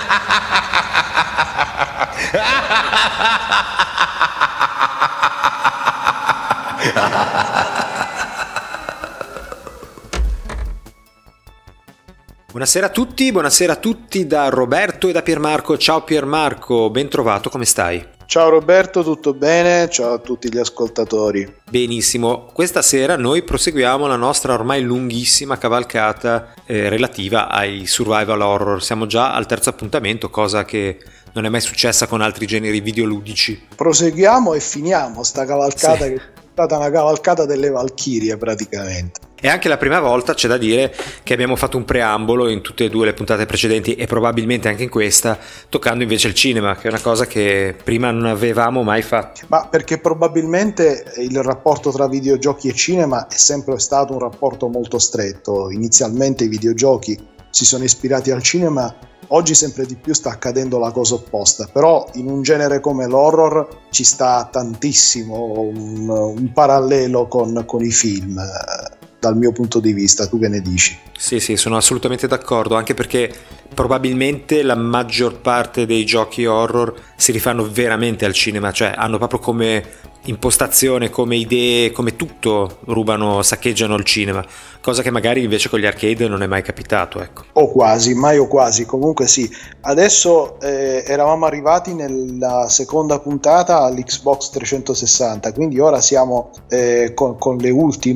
Buonasera a tutti da Roberto e da Piermarco. Ciao Piermarco, ben trovato, come stai? Ciao Roberto, tutto bene? Ciao a tutti gli ascoltatori. Benissimo, questa sera noi proseguiamo la nostra ormai lunghissima cavalcata relativa ai survival horror. Siamo già al terzo appuntamento, cosa che non è mai successa con altri generi videoludici. Proseguiamo e finiamo sta cavalcata, sì. Che è stata una cavalcata delle Valchirie praticamente. È anche la prima volta, c'è da dire, che abbiamo fatto un preambolo in tutte e due le puntate precedenti e probabilmente anche in questa, toccando invece il cinema, che è una cosa che prima non avevamo mai fatto. Ma perché probabilmente il rapporto tra videogiochi e cinema è sempre stato un rapporto molto stretto. Inizialmente i videogiochi si sono ispirati al cinema, oggi sempre di più sta accadendo la cosa opposta, però in un genere come l'horror ci sta tantissimo un parallelo con i film. Dal mio punto di vista, tu che ne dici? Sì, sono assolutamente d'accordo, anche perché probabilmente la maggior parte dei giochi horror si rifanno veramente al cinema, cioè hanno proprio come impostazione, come idee, come tutto saccheggiano il cinema, cosa che magari invece con gli arcade non è mai capitato, ecco. O quasi, comunque sì. Adesso eravamo arrivati nella seconda puntata all'Xbox 360, quindi ora siamo con le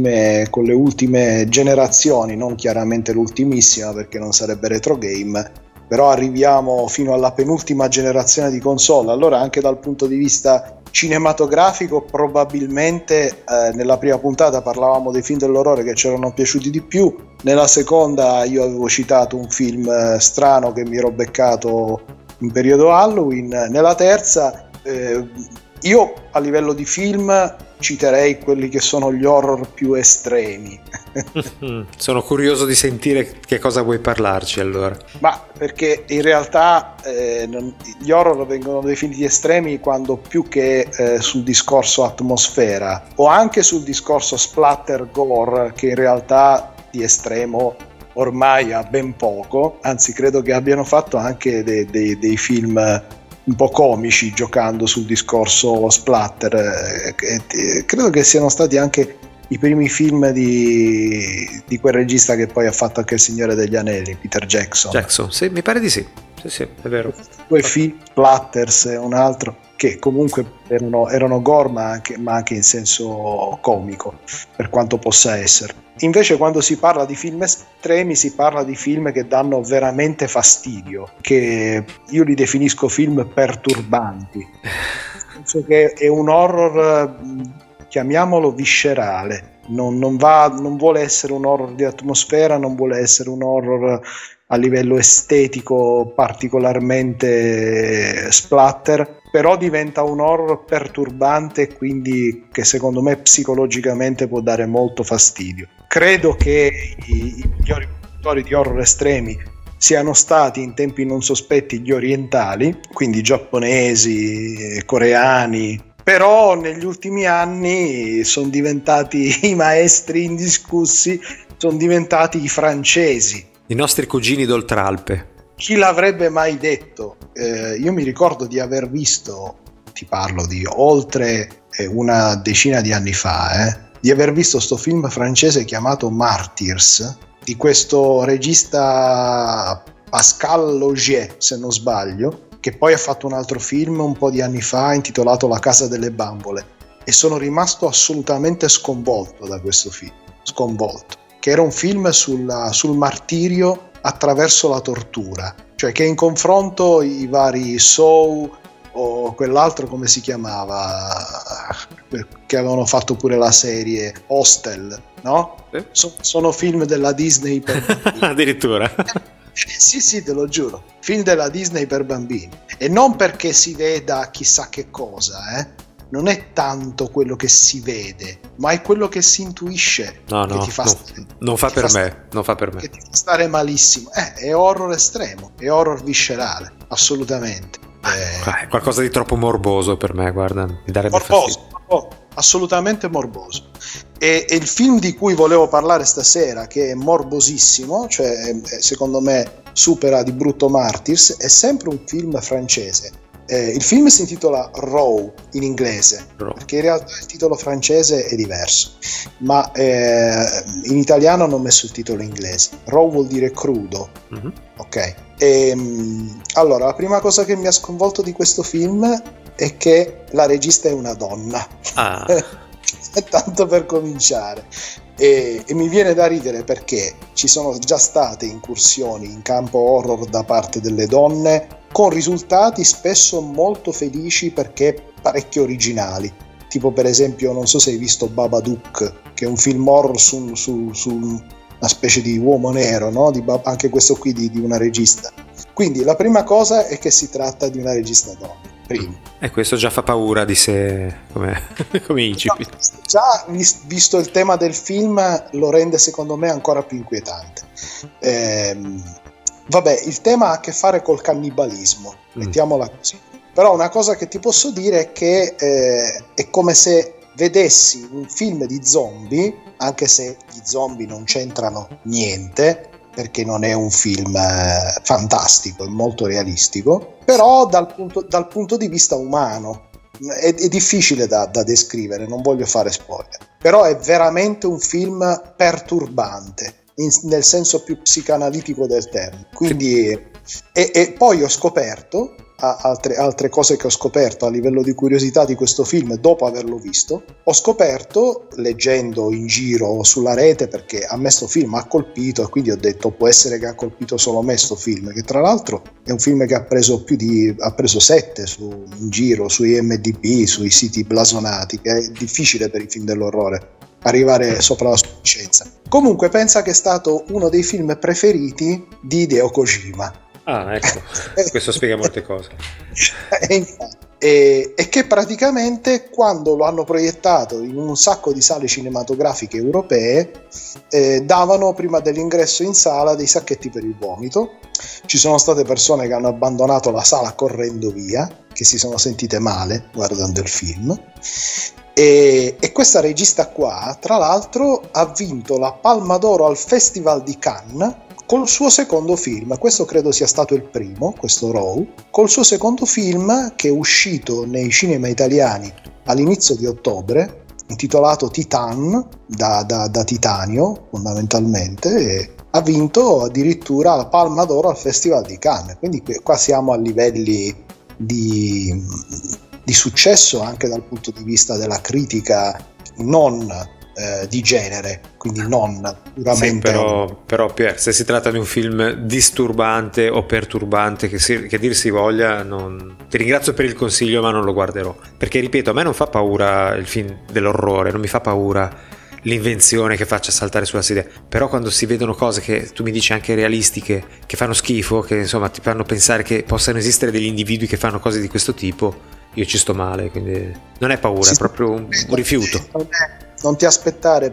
ultime generazioni, non chiaramente l'ultimissima perché non sarebbe retro game, però arriviamo fino alla penultima generazione di console. Allora anche dal punto di vista cinematografico probabilmente nella prima puntata parlavamo dei film dell'orrore che ci erano piaciuti di più, nella seconda io avevo citato un film strano che mi ero beccato in periodo Halloween, nella terza io a livello di film citerei quelli che sono gli horror più estremi. Sono curioso di sentire che cosa vuoi parlarci allora. Ma perché in realtà gli horror vengono definiti estremi quando più che sul discorso atmosfera o anche sul discorso splatter gore, che in realtà di estremo ormai ha ben poco, anzi credo che abbiano fatto anche dei film un po' comici giocando sul discorso splatter. Credo che siano stati anche i primi film di quel regista che poi ha fatto anche Il Signore degli Anelli, Peter Jackson, sì, mi pare di sì, è vero. Due film, Splatters e un altro, che comunque erano gore ma anche in senso comico, per quanto possa essere. Invece quando si parla di film estremi si parla di film che danno veramente fastidio, che io li definisco film perturbanti, penso che è un horror, chiamiamolo viscerale, non vuole essere un horror di atmosfera, non vuole essere un horror a livello estetico particolarmente splatter, però diventa un horror perturbante, quindi che secondo me psicologicamente può dare molto fastidio. Credo che i migliori produttori di horror estremi siano stati in tempi non sospetti gli orientali, quindi giapponesi, coreani, però negli ultimi anni sono diventati i maestri indiscussi, sono diventati i francesi, i nostri cugini d'Oltralpe. Chi l'avrebbe mai detto? Io mi ricordo di aver visto, ti parlo di oltre una decina di anni fa, di aver visto sto film francese chiamato Martyrs, di questo regista Pascal Laugier, se non sbaglio, che poi ha fatto un altro film un po' di anni fa intitolato La Casa delle Bambole, e sono rimasto assolutamente sconvolto da questo film, che era un film sul martirio attraverso la tortura, cioè che in confronto i vari Saw o quell'altro, come si chiamava, che avevano fatto pure la serie Hostel, no? Sono film della Disney per bambini. Addirittura. Sì, te lo giuro, film della Disney per bambini, e non perché si veda chissà che cosa, non è tanto quello che si vede, ma è quello che si intuisce, che ti fa non fa per me, che ti fa stare malissimo. È horror estremo, è horror viscerale, assolutamente. È qualcosa di troppo morboso per me, guarda, mi darebbe fastidio. Assolutamente morboso. E il film di cui volevo parlare stasera, che è morbosissimo, cioè secondo me supera di brutto Martyrs, è sempre un film francese. Il film si intitola Raw in inglese, perché in realtà il titolo francese è diverso, ma in italiano hanno messo il titolo inglese. Raw vuol dire crudo. Ok. Allora, la prima cosa che mi ha sconvolto di questo film è che la regista è una donna. Tanto per cominciare. E mi viene da ridere perché ci sono già state incursioni in campo horror da parte delle donne con risultati spesso molto felici perché parecchio originali, tipo per esempio, non so se hai visto Babadook, che è un film horror su una specie di uomo nero, no? Anche questo qui di una regista. Quindi la prima cosa è che si tratta di una regista donna. Primo. E questo già fa paura di sé come incipit. No, già visto il tema del film lo rende secondo me ancora più inquietante. Vabbè, il tema ha a che fare col cannibalismo, mettiamola così. Però una cosa che ti posso dire è che è come se vedessi un film di zombie, anche se gli zombie non c'entrano niente, perché non è un film fantastico, è molto realistico, però dal punto di vista umano è difficile da descrivere, non voglio fare spoiler, però è veramente un film perturbante, nel senso più psicanalitico del termine. Quindi e poi ho scoperto altre cose che ho scoperto a livello di curiosità di questo film dopo averlo visto. Ho scoperto, leggendo in giro sulla rete, perché a me sto film ha colpito e quindi ho detto può essere che ha colpito solo me sto film, che tra l'altro è un film che ha preso 7 in giro su IMDb, sui siti blasonati, che è difficile per i film dell'orrore arrivare sopra la sufficienza. Comunque pensa che è stato uno dei film preferiti di Hideo Kojima. Ecco, questo spiega molte cose. E che praticamente quando lo hanno proiettato in un sacco di sale cinematografiche europee davano prima dell'ingresso in sala dei sacchetti per il vomito. Ci sono state persone che hanno abbandonato la sala correndo via, che si sono sentite male guardando il film. E questa regista qua, tra l'altro, ha vinto la Palma d'Oro al Festival di Cannes col suo secondo film. Questo credo sia stato il primo, questo Raw, col suo secondo film che è uscito nei cinema italiani all'inizio di ottobre, intitolato Titan, da titanio fondamentalmente, e ha vinto addirittura la Palma d'Oro al Festival di Cannes. Quindi qua siamo a livelli di successo anche dal punto di vista della critica non di genere, quindi non puramente. Sì, però Pier, se si tratta di un film disturbante o perturbante che dir si voglia, ti ringrazio per il consiglio, ma non lo guarderò, perché ripeto, a me non fa paura il film dell'orrore, non mi fa paura l'invenzione che faccia saltare sulla sedia, però quando si vedono cose che tu mi dici anche realistiche, che fanno schifo, che insomma ti fanno pensare che possano esistere degli individui che fanno cose di questo tipo, io ci sto male. Quindi non è paura, è proprio un rifiuto. Non ti aspettare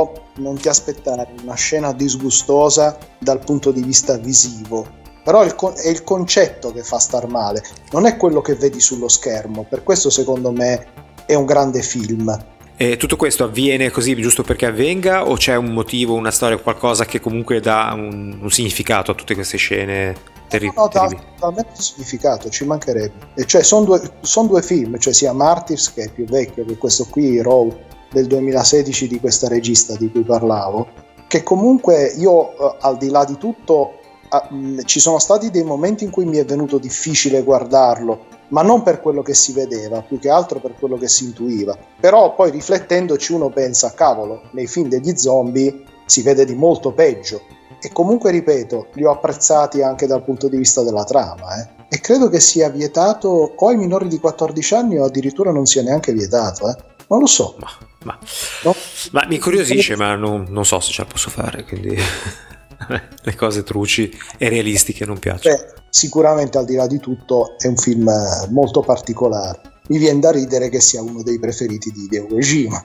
una scena disgustosa dal punto di vista visivo, però è il concetto che fa star male, non è quello che vedi sullo schermo. Per questo secondo me è un grande film. E tutto questo avviene così giusto perché avvenga, o c'è un motivo, una storia, qualcosa che comunque dà un significato a tutte queste scene terribili? No, talmente significato, ci mancherebbe. E cioè sono due film, cioè sia Martyrs, che è più vecchio, che questo qui, Raw del 2016 di questa regista di cui parlavo, che comunque io al di là di tutto ci sono stati dei momenti in cui mi è venuto difficile guardarlo, ma non per quello che si vedeva, più che altro per quello che si intuiva. Però poi riflettendoci uno pensa, cavolo, nei film degli zombie si vede di molto peggio, e comunque ripeto, li ho apprezzati anche dal punto di vista della trama, e credo che sia vietato o ai minori di 14 anni o addirittura non sia neanche vietato, non lo so. Ma mi incuriosisce, ma non so se ce la posso fare, quindi le cose truci e realistiche non piacciono. Sicuramente al di là di tutto è un film molto particolare. Mi viene da ridere che sia uno dei preferiti di Hideo Kojima.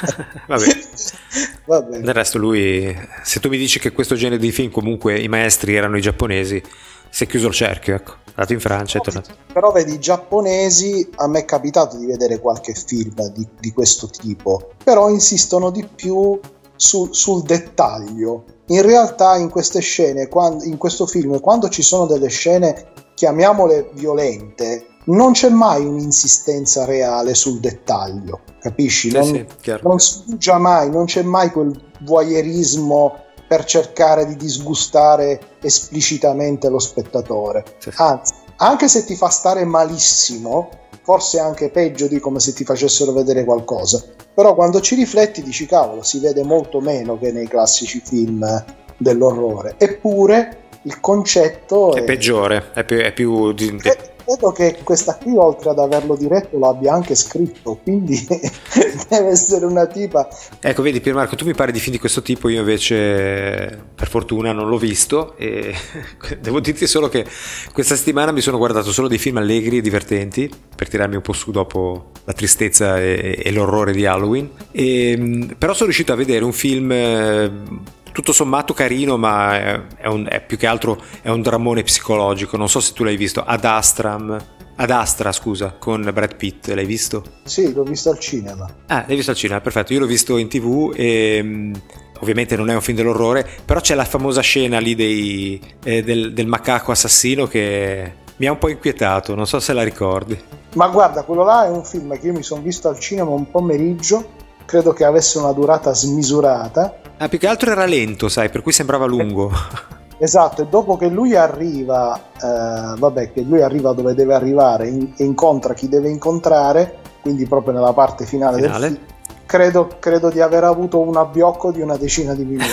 Vabbè. Del resto lui, se tu mi dici che questo genere di film comunque i maestri erano i giapponesi, si è chiuso il cerchio, ecco. È andato in Francia, è tornato. Però vedi, i giapponesi, a me è capitato di vedere qualche film di questo tipo, però insistono di più sul dettaglio. In realtà in queste scene, in questo film, quando ci sono delle scene, chiamiamole violente, non c'è mai un'insistenza reale sul dettaglio, capisci? Non sfugge mai, non c'è mai quel voyeurismo per cercare di disgustare esplicitamente lo spettatore. Anzi, anche se ti fa stare malissimo, forse anche peggio di come se ti facessero vedere qualcosa, però quando ci rifletti dici cavolo, si vede molto meno che nei classici film dell'orrore, eppure il concetto è peggiore, è più credo che questa qui, oltre ad averlo diretto, lo abbia anche scritto, quindi deve essere una tipa. Ecco, vedi Piermarco, tu mi pare di film di questo tipo, io invece per fortuna non l'ho visto e devo dirti solo che questa settimana mi sono guardato solo dei film allegri e divertenti per tirarmi un po' su dopo la tristezza e l'orrore di Halloween, però sono riuscito a vedere un film tutto sommato carino, ma è più che altro è un drammone psicologico. Non so se tu l'hai visto, Ad Astra, scusa, con Brad Pitt. L'hai visto? Sì, l'ho visto al cinema. Ah, l'hai visto al cinema, perfetto. Io l'ho visto in TV e ovviamente non è un film dell'orrore, però c'è la famosa scena lì del macaco assassino che mi ha un po' inquietato, non so se la ricordi. Ma guarda, quello là è un film che io mi sono visto al cinema un pomeriggio, credo che avesse una durata smisurata. Ah, più che altro era lento, sai, per cui sembrava lungo. Esatto, e dopo che lui arriva, che lui arriva dove deve arrivare e incontra chi deve incontrare, quindi proprio nella parte finale. Del film, credo di aver avuto un abbiocco di una decina di minuti.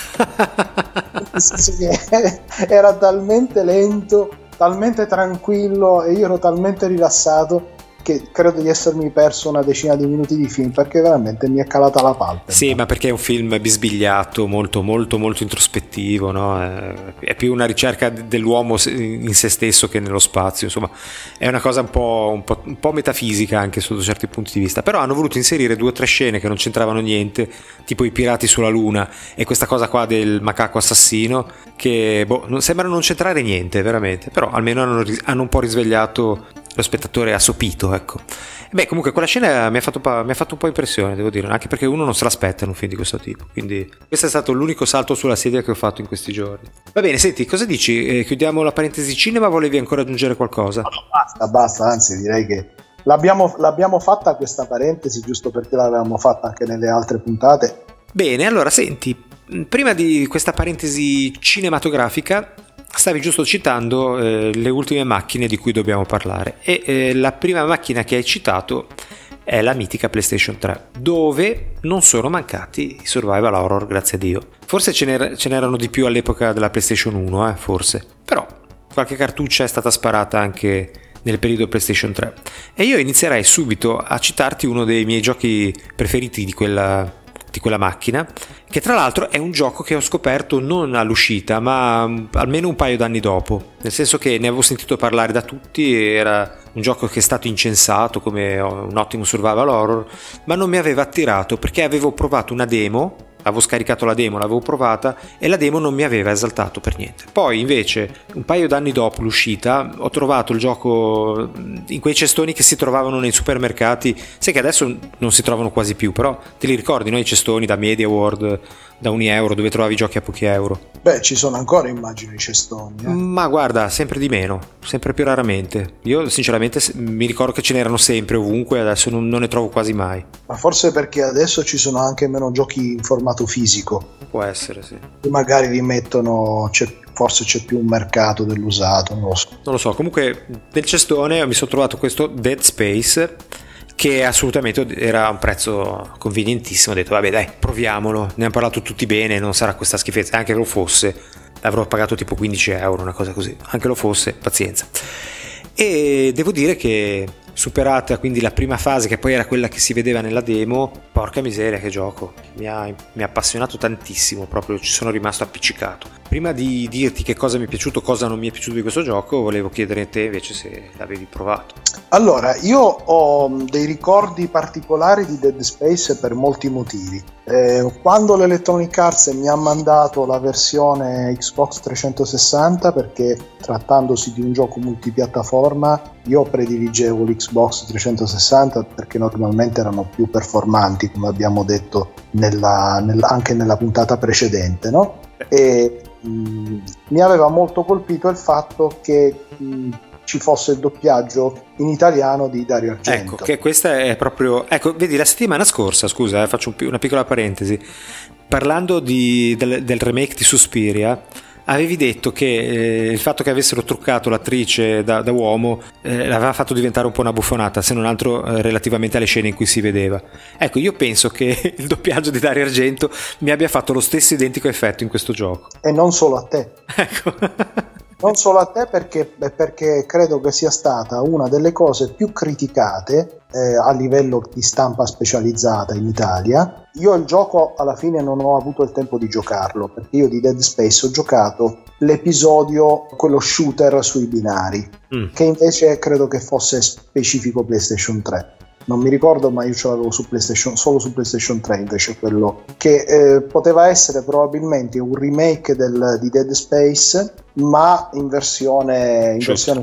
Nel senso che era talmente lento, talmente tranquillo e io ero talmente rilassato che credo di essermi perso una decina di minuti di film, perché veramente mi è calata la palpebra. Sì, ma perché è un film bisbigliato, molto molto molto introspettivo, no? È più una ricerca dell'uomo in se stesso che nello spazio, insomma è una cosa un po' metafisica anche sotto certi punti di vista, però hanno voluto inserire 2 o 3 scene che non c'entravano niente, tipo i pirati sulla luna e questa cosa qua del macaco assassino che sembrano non c'entrare niente veramente, però almeno hanno un po' risvegliato lo spettatore assopito, ecco. Beh, comunque quella scena mi ha fatto un po' impressione, devo dire, anche perché uno non se l'aspetta in un film di questo tipo, quindi questo è stato l'unico salto sulla sedia che ho fatto in questi giorni. Va bene, senti, cosa dici? Chiudiamo la parentesi cinema, volevi ancora aggiungere qualcosa? No, basta, anzi direi che l'abbiamo fatta questa parentesi giusto perché l'avevamo fatta anche nelle altre puntate. Bene, allora senti, prima di questa parentesi cinematografica stavi giusto citando le ultime macchine di cui dobbiamo parlare e la prima macchina che hai citato è la mitica PlayStation 3, dove non sono mancati i survival horror, grazie a Dio. Forse ce n'erano di più all'epoca della PlayStation 1, forse, però qualche cartuccia è stata sparata anche nel periodo PlayStation 3 e io inizierei subito a citarti uno dei miei giochi preferiti di quella macchina, che tra l'altro è un gioco che ho scoperto non all'uscita ma almeno un paio d'anni dopo, nel senso che ne avevo sentito parlare da tutti, era un gioco che è stato incensato come un ottimo survival horror, ma non mi aveva attirato perché avevo provato una demo, avevo scaricato la demo, l'avevo provata e la demo non mi aveva esaltato per niente. Poi invece un paio d'anni dopo l'uscita ho trovato il gioco in quei cestoni che si trovavano nei supermercati, sai che adesso non si trovano quasi più, però te li ricordi, no? I cestoni da Media World da €1 dove trovavi giochi a pochi euro. Beh, ci sono ancora, immagino, i cestoni. Ma guarda, sempre di meno, sempre più raramente. Io sinceramente mi ricordo che ce n'erano sempre ovunque, adesso non ne trovo quasi mai. Ma forse perché adesso ci sono anche meno giochi in formato fisico. Può essere, sì. E magari rimettono, forse c'è più un mercato dell'usato, non lo so. Non lo so, comunque nel cestone mi sono trovato questo Dead Space che assolutamente era a un prezzo convenientissimo. Ho detto vabbè dai, proviamolo, ne hanno parlato tutti bene, non sarà questa schifezza, anche lo fosse l'avrò pagato tipo €15, una cosa così, anche lo fosse, pazienza. E devo dire che superata quindi la prima fase, che poi era quella che si vedeva nella demo, porca miseria che gioco, mi ha appassionato tantissimo, proprio ci sono rimasto appiccicato. prima di dirti che cosa mi è piaciuto, cosa non mi è piaciuto di questo gioco, volevo chiedere a te invece se l'avevi provato. Allora, io ho dei ricordi particolari di Dead Space per molti motivi. Quando l'Electronic Arts mi ha mandato la versione Xbox 360, perché trattandosi di un gioco multipiattaforma, io prediligevo l'Xbox 360 perché normalmente erano più performanti, come abbiamo detto anche nella puntata precedente, no? E mi aveva molto colpito il fatto che ci fosse il doppiaggio in italiano di Dario Argento. Ecco, che questa è proprio... Ecco, vedi, la settimana scorsa, scusa, faccio una piccola parentesi, parlando del remake di Suspiria, avevi detto che il fatto che avessero truccato l'attrice da uomo l'aveva fatto diventare un po' una buffonata, se non altro relativamente alle scene in cui si vedeva. Ecco, io penso che il doppiaggio di Dario Argento mi abbia fatto lo stesso identico effetto in questo gioco. E non solo a te. Ecco. Non solo a te, perché credo che sia stata una delle cose più criticate a livello di stampa specializzata in Italia. Io il gioco alla fine non ho avuto il tempo di giocarlo, perché io di Dead Space ho giocato l'episodio, quello shooter sui binari, che invece credo che fosse specifico PlayStation 3. Non mi ricordo, ma io ce l'avevo solo su PlayStation 3 invece, quello che poteva essere probabilmente un remake di Dead Space, ma in versione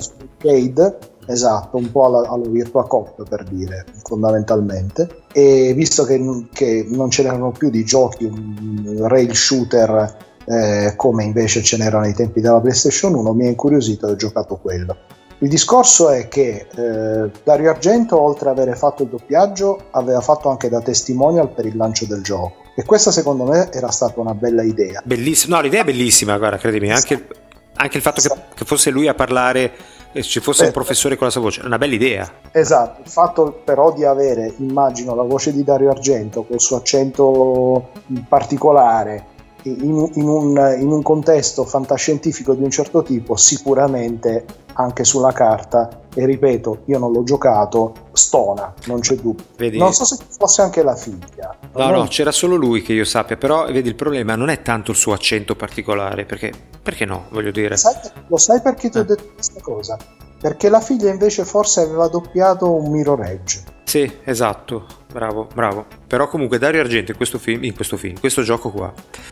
arcade, esatto, un po' allo Virtua Cop, per dire, fondamentalmente. E visto che non ce n'erano più di giochi un rail shooter come invece ce n'erano ai tempi della PlayStation 1, mi ha incuriosito e ho giocato quello. Il discorso è che Dario Argento, oltre ad aver fatto il doppiaggio, aveva fatto anche da testimonial per il lancio del gioco, e questa secondo me era stata una bella idea. Bellissima, no, l'idea è bellissima, guarda, credimi, anche il fatto che fosse lui a parlare, ci fosse un professore con la sua voce, è una bella idea. Esatto, il fatto però di avere, immagino, la voce di Dario Argento col suo accento particolare in un contesto fantascientifico di un certo tipo, sicuramente anche sulla carta, e ripeto, io non l'ho giocato, stona, non c'è dubbio. Vedi? Non so se fosse anche la figlia. No, c'era solo lui che io sappia, però vedi, il problema non è tanto il suo accento particolare, perché no, voglio dire. Lo sai perché ti ho detto questa cosa? Perché la figlia invece forse aveva doppiato un Mirror Edge. Sì, esatto, bravo. Però comunque Dario Argento in questo gioco qua,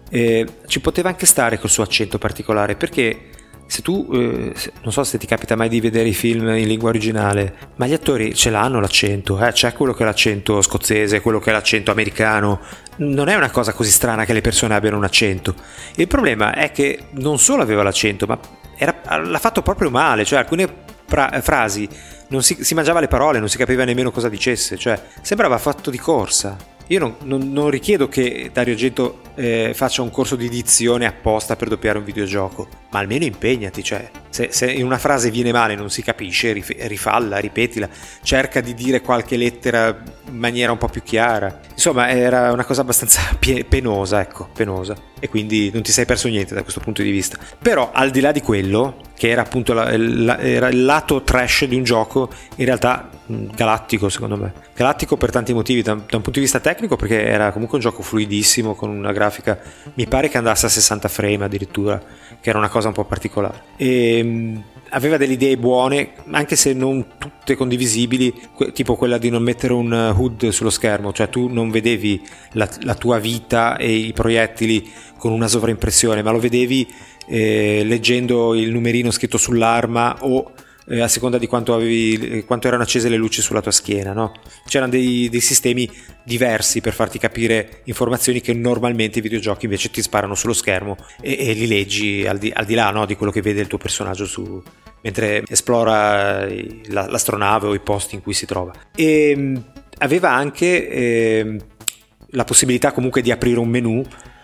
ci poteva anche stare col suo accento particolare, perché se tu, non so se ti capita mai di vedere i film in lingua originale, ma gli attori ce l'hanno l'accento, c'è quello che è l'accento scozzese, quello che è l'accento americano, non è una cosa così strana che le persone abbiano un accento. Il problema è che non solo aveva l'accento, ma l'ha fatto proprio male, cioè alcune frasi non si mangiava le parole, non si capiva nemmeno cosa dicesse, cioè sembrava fatto di corsa. Io non richiedo che Dario Argento faccia un corso di dizione apposta per doppiare un videogioco, ma almeno impegnati, cioè se in una frase viene male, non si capisce, rifalla, ripetila, cerca di dire qualche lettera in maniera un po' più chiara. Insomma, era una cosa abbastanza penosa, e quindi non ti sei perso niente da questo punto di vista. Però al di là di quello, che era appunto era il lato trash di un gioco, in realtà galattico, secondo me, galattico per tanti motivi, da un punto di vista tecnico, perché era comunque un gioco fluidissimo, con una grafica, mi pare che andasse a 60 frame addirittura, che era una cosa un po' particolare, e aveva delle idee buone, anche se non tutte condivisibili, tipo quella di non mettere un HUD sullo schermo, cioè tu non vedevi la tua vita e i proiettili con una sovraimpressione, ma lo vedevi leggendo il numerino scritto sull'arma o a seconda di quanto erano accese le luci sulla tua schiena, no? C'erano dei sistemi diversi per farti capire informazioni che normalmente i videogiochi invece ti sparano sullo schermo e li leggi al di là, no, di quello che vede il tuo personaggio mentre esplora l'astronave o i posti in cui si trova. E aveva anche la possibilità comunque di aprire un menu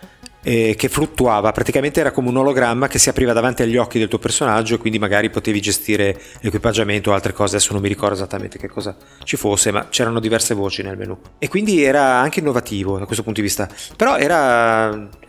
che fluttuava, praticamente era come un ologramma che si apriva davanti agli occhi del tuo personaggio, e quindi magari potevi gestire l'equipaggiamento o altre cose. Adesso non mi ricordo esattamente che cosa ci fosse, ma c'erano diverse voci nel menu, e quindi era anche innovativo da questo punto di vista. Però era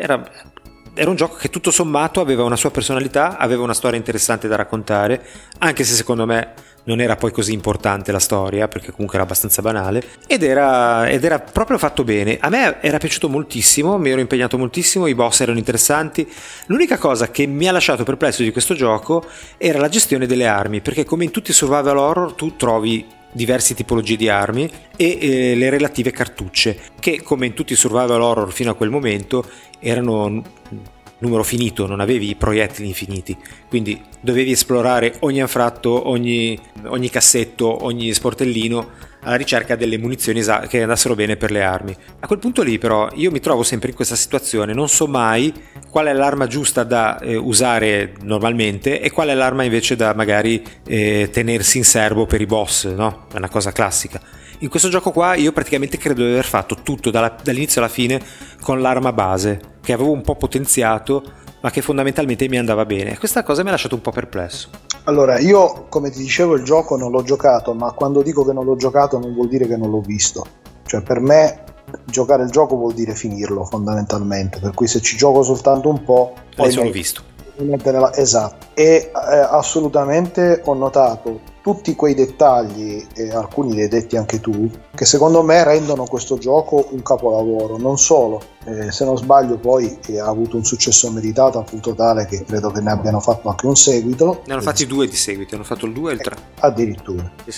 un gioco che tutto sommato aveva una sua personalità, aveva una storia interessante da raccontare, anche se secondo me non era poi così importante la storia, perché comunque era abbastanza banale, ed era proprio fatto bene. A me era piaciuto moltissimo, mi ero impegnato moltissimo, i boss erano interessanti. L'unica cosa che mi ha lasciato perplesso di questo gioco era la gestione delle armi, perché come in tutti i survival horror tu trovi diverse tipologie di armi e le relative cartucce, che come in tutti i survival horror fino a quel momento erano numero finito, non avevi proiettili infiniti, quindi dovevi esplorare ogni anfratto, ogni cassetto, ogni sportellino alla ricerca delle munizioni che andassero bene per le armi. A quel punto lì però io mi trovo sempre in questa situazione, non so mai qual è l'arma giusta da usare normalmente e qual è l'arma invece da magari tenersi in serbo per i boss, no? È una cosa classica. In questo gioco qua io praticamente credo di aver fatto tutto dall'inizio alla fine con l'arma base, che avevo un po' potenziato, ma che fondamentalmente mi andava bene. Questa cosa mi ha lasciato un po' perplesso. Allora, io come ti dicevo il gioco non l'ho giocato, ma quando dico che non l'ho giocato non vuol dire che non l'ho visto. Cioè per me giocare il gioco vuol dire finirlo fondamentalmente, per cui se ci gioco soltanto un po'... L'hai solo visto. Esatto, e assolutamente ho notato tutti quei dettagli, e alcuni li hai detti anche tu, che secondo me rendono questo gioco un capolavoro. Non solo, se non sbaglio poi ha avuto un successo meritato al punto tale che credo che ne abbiano fatto anche un seguito. Ne hanno fatti 2 di seguito, hanno fatto il 2 e il 3 addirittura. Sì.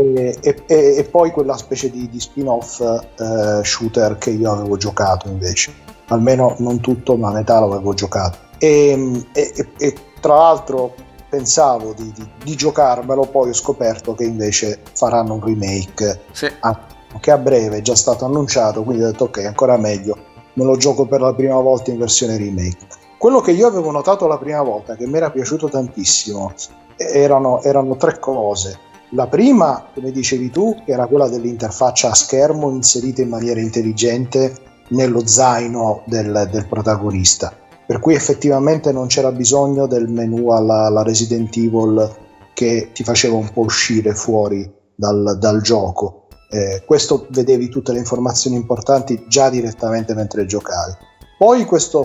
E poi quella specie di spin-off shooter che io avevo giocato invece, almeno non tutto ma metà l'avevo giocato. E tra l'altro pensavo di giocarmelo, poi ho scoperto che invece faranno un remake, sì, che a breve è già stato annunciato, quindi ho detto ok, ancora meglio, me lo gioco per la prima volta in versione remake. Quello che io avevo notato la prima volta, che mi era piaciuto tantissimo, erano 3 cose. La prima, come dicevi tu, era quella dell'interfaccia a schermo inserita in maniera intelligente nello zaino del protagonista, per cui effettivamente non c'era bisogno del menu alla Resident Evil che ti faceva un po' uscire fuori dal gioco. Questo vedevi tutte le informazioni importanti già direttamente mentre giocavi. Poi questa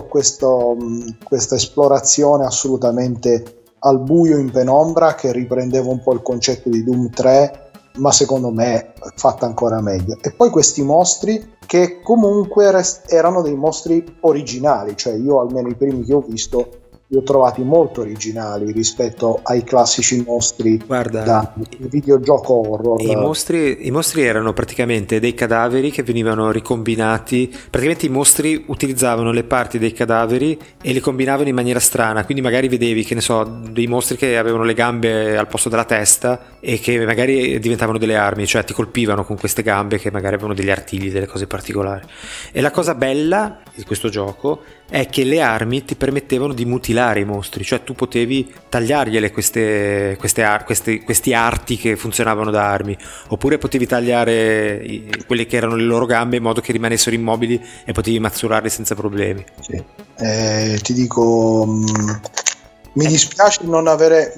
esplorazione assolutamente al buio in penombra, che riprendeva un po' il concetto di Doom 3, ma secondo me fatta ancora meglio. E poi questi mostri che comunque erano dei mostri originali, cioè io almeno i primi che ho visto li ho trovati molto originali rispetto ai classici mostri. Guarda, da videogioco horror. I mostri erano praticamente dei cadaveri che venivano ricombinati. Praticamente i mostri utilizzavano le parti dei cadaveri e li combinavano in maniera strana, quindi magari vedevi, che ne so, dei mostri che avevano le gambe al posto della testa e che magari diventavano delle armi, cioè ti colpivano con queste gambe che magari avevano degli artigli, delle cose particolari. E la cosa bella di questo gioco è che le armi ti permettevano di mutilare i mostri, cioè tu potevi tagliargliele questi arti che funzionavano da armi, oppure potevi tagliare quelle che erano le loro gambe in modo che rimanessero immobili e potevi mazzurarli senza problemi. Sì. Ti dico, mi dispiace non aver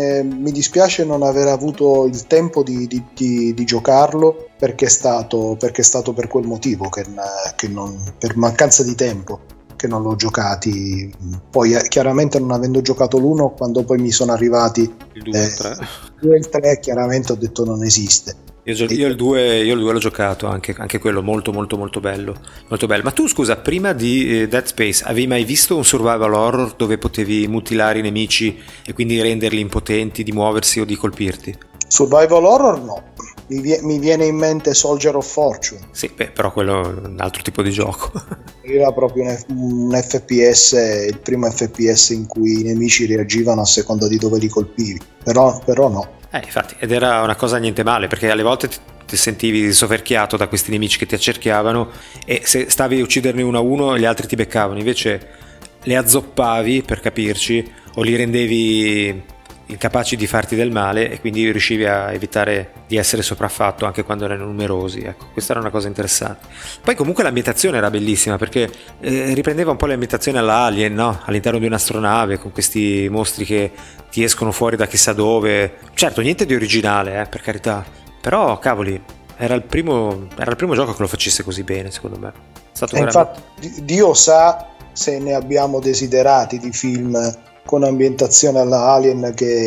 avuto il tempo di giocarlo, perché è stato per quel motivo che per mancanza di tempo che non l'ho giocati. Poi chiaramente non avendo giocato l'1, quando poi mi sono arrivati il 2 e il 3, chiaramente ho detto non esiste. Io il 2 l'ho giocato, anche quello molto molto molto bello, molto bello. Ma tu scusa, prima di Dead Space avevi mai visto un survival horror dove potevi mutilare i nemici e quindi renderli impotenti di muoversi o di colpirti? Survival horror no, mi viene in mente Soldier of Fortune. Sì, però quello è un altro tipo di gioco. Era proprio un FPS, il primo FPS in cui i nemici reagivano a seconda di dove li colpivi, però no. Infatti, ed era una cosa niente male, perché alle volte ti sentivi soverchiato da questi nemici che ti accerchiavano e se stavi a ucciderne uno a uno gli altri ti beccavano, invece le azzoppavi, per capirci, o li rendevi incapaci di farti del male e quindi riuscivi a evitare di essere sopraffatto anche quando erano numerosi. Ecco, questa era una cosa interessante. Poi comunque l'ambientazione era bellissima, perché riprendeva un po' l'ambientazione alla Alien, no? All'interno di un'astronave con questi mostri che ti escono fuori da chissà dove. Certo, niente di originale, per carità, però cavoli, era il primo gioco che lo facesse così bene, secondo me. È stato veramente... Infatti Dio sa se ne abbiamo desiderati di film con ambientazione alla Alien che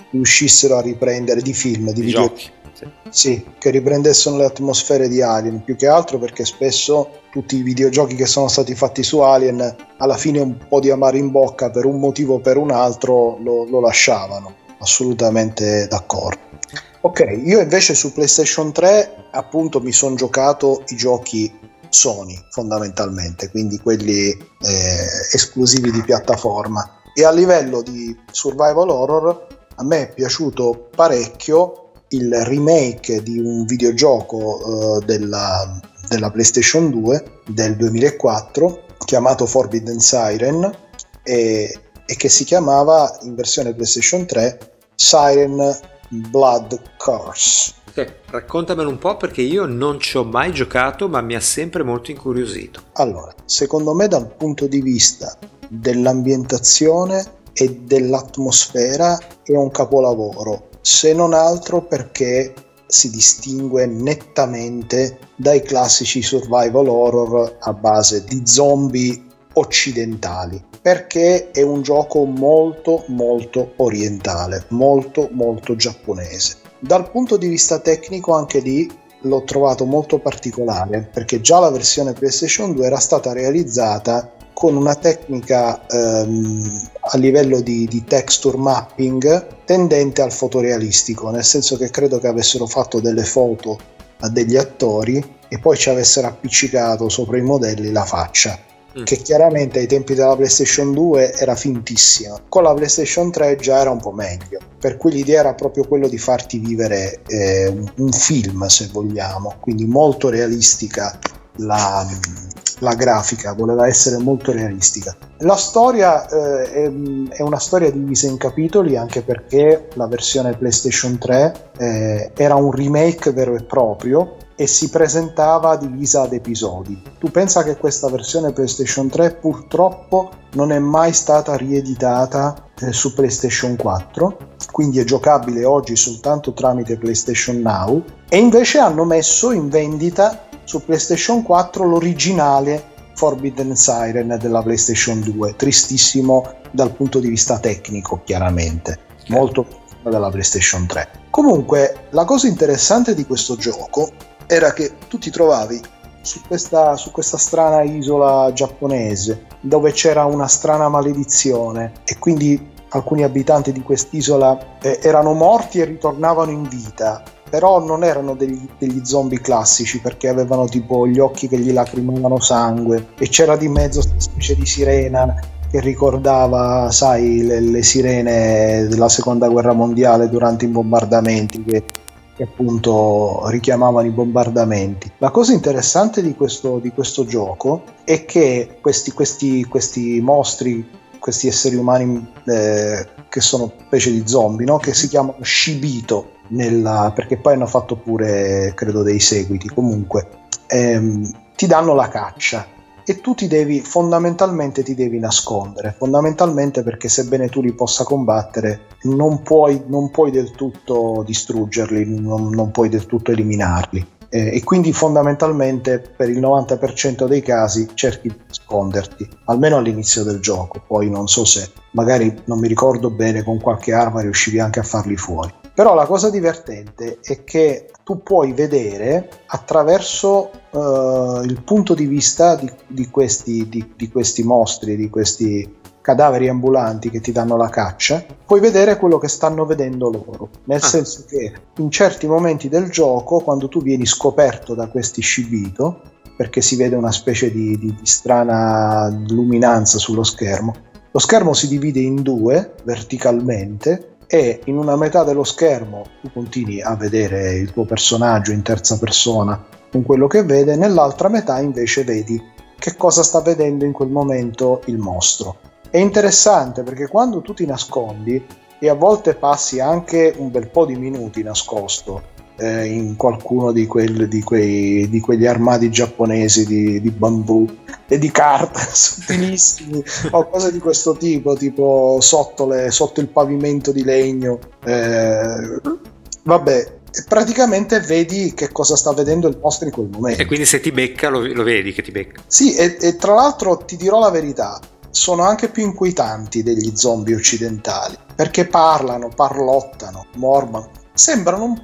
riuscissero a riprendere di film, di giochi. Sì, che riprendessero le atmosfere di Alien, più che altro perché spesso tutti i videogiochi che sono stati fatti su Alien alla fine un po' di amaro in bocca per un motivo o per un altro lo lasciavano. Assolutamente d'accordo. Ok, io invece su PlayStation 3 appunto mi sono giocato i giochi Sony fondamentalmente, quindi quelli esclusivi di piattaforma, e a livello di survival horror a me è piaciuto parecchio il remake di un videogioco della PlayStation 2 del 2004 chiamato Forbidden Siren e che si chiamava in versione PlayStation 3 Siren Blood Curse. Raccontamelo un po', perché io non ci ho mai giocato, ma mi ha sempre molto incuriosito. Allora, secondo me dal punto di vista dell'ambientazione e dell'atmosfera è un capolavoro, se non altro perché si distingue nettamente dai classici survival horror a base di zombie occidentali, perché è un gioco molto molto orientale, molto molto giapponese. Dal punto di vista tecnico anche lì l'ho trovato molto particolare, perché già la versione PlayStation 2 era stata realizzata con una tecnica a livello di texture mapping tendente al fotorealistico, nel senso che credo che avessero fatto delle foto a degli attori e poi ci avessero appiccicato sopra i modelli la faccia, che chiaramente ai tempi della PlayStation 2 era fintissima. Con la PlayStation 3 già era un po' meglio, per cui l'idea era proprio quello di farti vivere un film, se vogliamo, quindi molto realistica la grafica, voleva essere molto realistica. La storia è una storia divisa in capitoli, anche perché la versione PlayStation 3 era un remake vero e proprio e si presentava divisa ad episodi. Tu pensa che questa versione PlayStation 3 purtroppo non è mai stata rieditata su PlayStation 4, quindi è giocabile oggi soltanto tramite PlayStation Now, e invece hanno messo in vendita su PlayStation 4 l'originale Forbidden Siren della PlayStation 2, tristissimo dal punto di vista tecnico, chiaramente, molto della PlayStation 3. Comunque la cosa interessante di questo gioco era che tu ti trovavi su questa strana isola giapponese dove c'era una strana maledizione e quindi alcuni abitanti di quest'isola erano morti e ritornavano in vita, però non erano degli zombie classici, perché avevano tipo gli occhi che gli lacrimavano sangue, e c'era di mezzo questa specie di sirena che ricordava, sai, le sirene della seconda guerra mondiale durante i bombardamenti che appunto richiamavano i bombardamenti. La cosa interessante di questo gioco è che questi mostri, questi esseri umani che sono specie di zombie, no? Che si chiamano Shibito, perché poi hanno fatto pure credo dei seguiti, comunque ti danno la caccia e tu fondamentalmente ti devi nascondere, fondamentalmente perché sebbene tu li possa combattere non puoi del tutto distruggerli, non puoi del tutto eliminarli, e quindi fondamentalmente per il 90% dei casi cerchi di nasconderti, almeno all'inizio del gioco. Poi non so se magari, non mi ricordo bene, con qualche arma riuscivi anche a farli fuori. Però la cosa divertente è che tu puoi vedere attraverso il punto di vista di questi mostri, di questi cadaveri ambulanti che ti danno la caccia, puoi vedere quello che stanno vedendo loro, nel senso che in certi momenti del gioco, quando tu vieni scoperto da questi Shibito, perché si vede una specie di strana luminanza sullo schermo, lo schermo si divide in due verticalmente e in una metà dello schermo tu continui a vedere il tuo personaggio in terza persona con quello che vede, nell'altra metà invece vedi che cosa sta vedendo in quel momento il mostro. È interessante perché quando tu ti nascondi, e a volte passi anche un bel po' di minuti nascosto in qualcuno di quegli armadi giapponesi di bambù e di carta sottilissimi o cose di questo tipo sotto il pavimento di legno, vabbè, praticamente vedi che cosa sta vedendo il mostro in quel momento, e quindi se ti becca lo vedi che ti becca. Sì, e tra l'altro ti dirò la verità, sono anche più inquietanti degli zombie occidentali, perché parlottano, morbano, sembrano un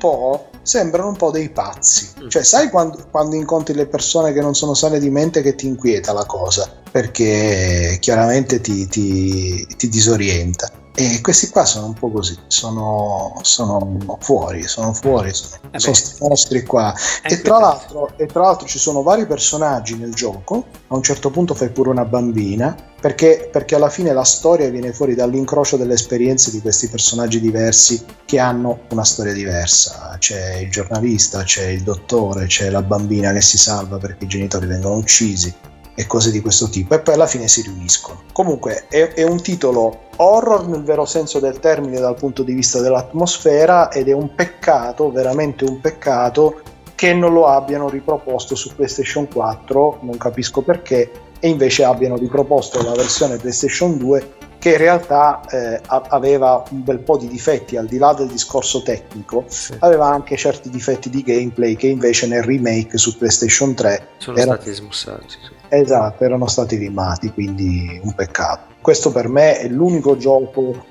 po' dei pazzi. Cioè, sai quando incontri le persone che non sono sane di mente, che ti inquieta la cosa, perché chiaramente ti disorienta. E questi qua sono un po' così, sono fuori, sono sti mostri qua. E tra l'altro ci sono vari personaggi nel gioco. A un certo punto fai pure una bambina, perché alla fine la storia viene fuori dall'incrocio delle esperienze di questi personaggi diversi che hanno una storia diversa. C'è il giornalista, c'è il dottore, c'è la bambina che si salva perché i genitori vengono uccisi e cose di questo tipo, e poi alla fine si riuniscono. Comunque è un titolo horror nel vero senso del termine dal punto di vista dell'atmosfera, ed è un peccato, veramente un peccato, che non lo abbiano riproposto su PlayStation 4, non capisco perché, e invece abbiano riproposto la versione PlayStation 2, che in realtà aveva un bel po' di difetti, al di là del discorso tecnico, sì. Aveva anche certi difetti di gameplay che invece nel remake su PlayStation 3 sono stati smussati. Sì. Esatto, erano stati limati, quindi un peccato. Questo per me è l'unico gioco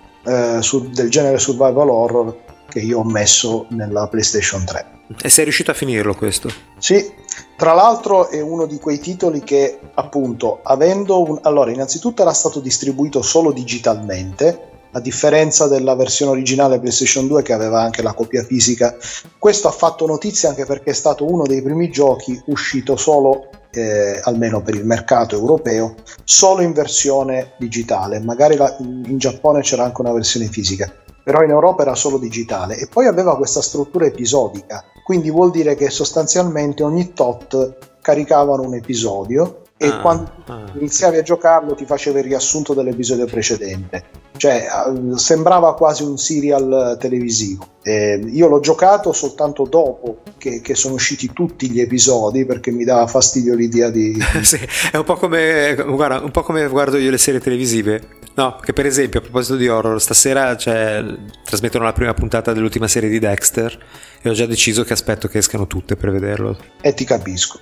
del genere survival horror che io ho messo nella PlayStation 3. E sei riuscito a finirlo questo? Sì, tra l'altro è uno di quei titoli che appunto allora innanzitutto era stato distribuito solo digitalmente, a differenza della versione originale PlayStation 2 che aveva anche la copia fisica. Questo ha fatto notizia anche perché è stato uno dei primi giochi uscito solo, almeno per il mercato europeo, solo in versione digitale. Magari in Giappone c'era anche una versione fisica, però in Europa era solo digitale, e poi aveva questa struttura episodica, quindi vuol dire che sostanzialmente ogni tot caricavano un episodio, e quando iniziavi a giocarlo ti faceva il riassunto dell'episodio precedente, cioè sembrava quasi un serial televisivo. Io l'ho giocato soltanto dopo che sono usciti tutti gli episodi, perché mi dava fastidio l'idea di sì, è un po' come guardo io le serie televisive. No, che per esempio, a proposito di horror, stasera trasmettono la prima puntata dell'ultima serie di Dexter, e ho già deciso che aspetto che escano tutte per vederlo. E ti capisco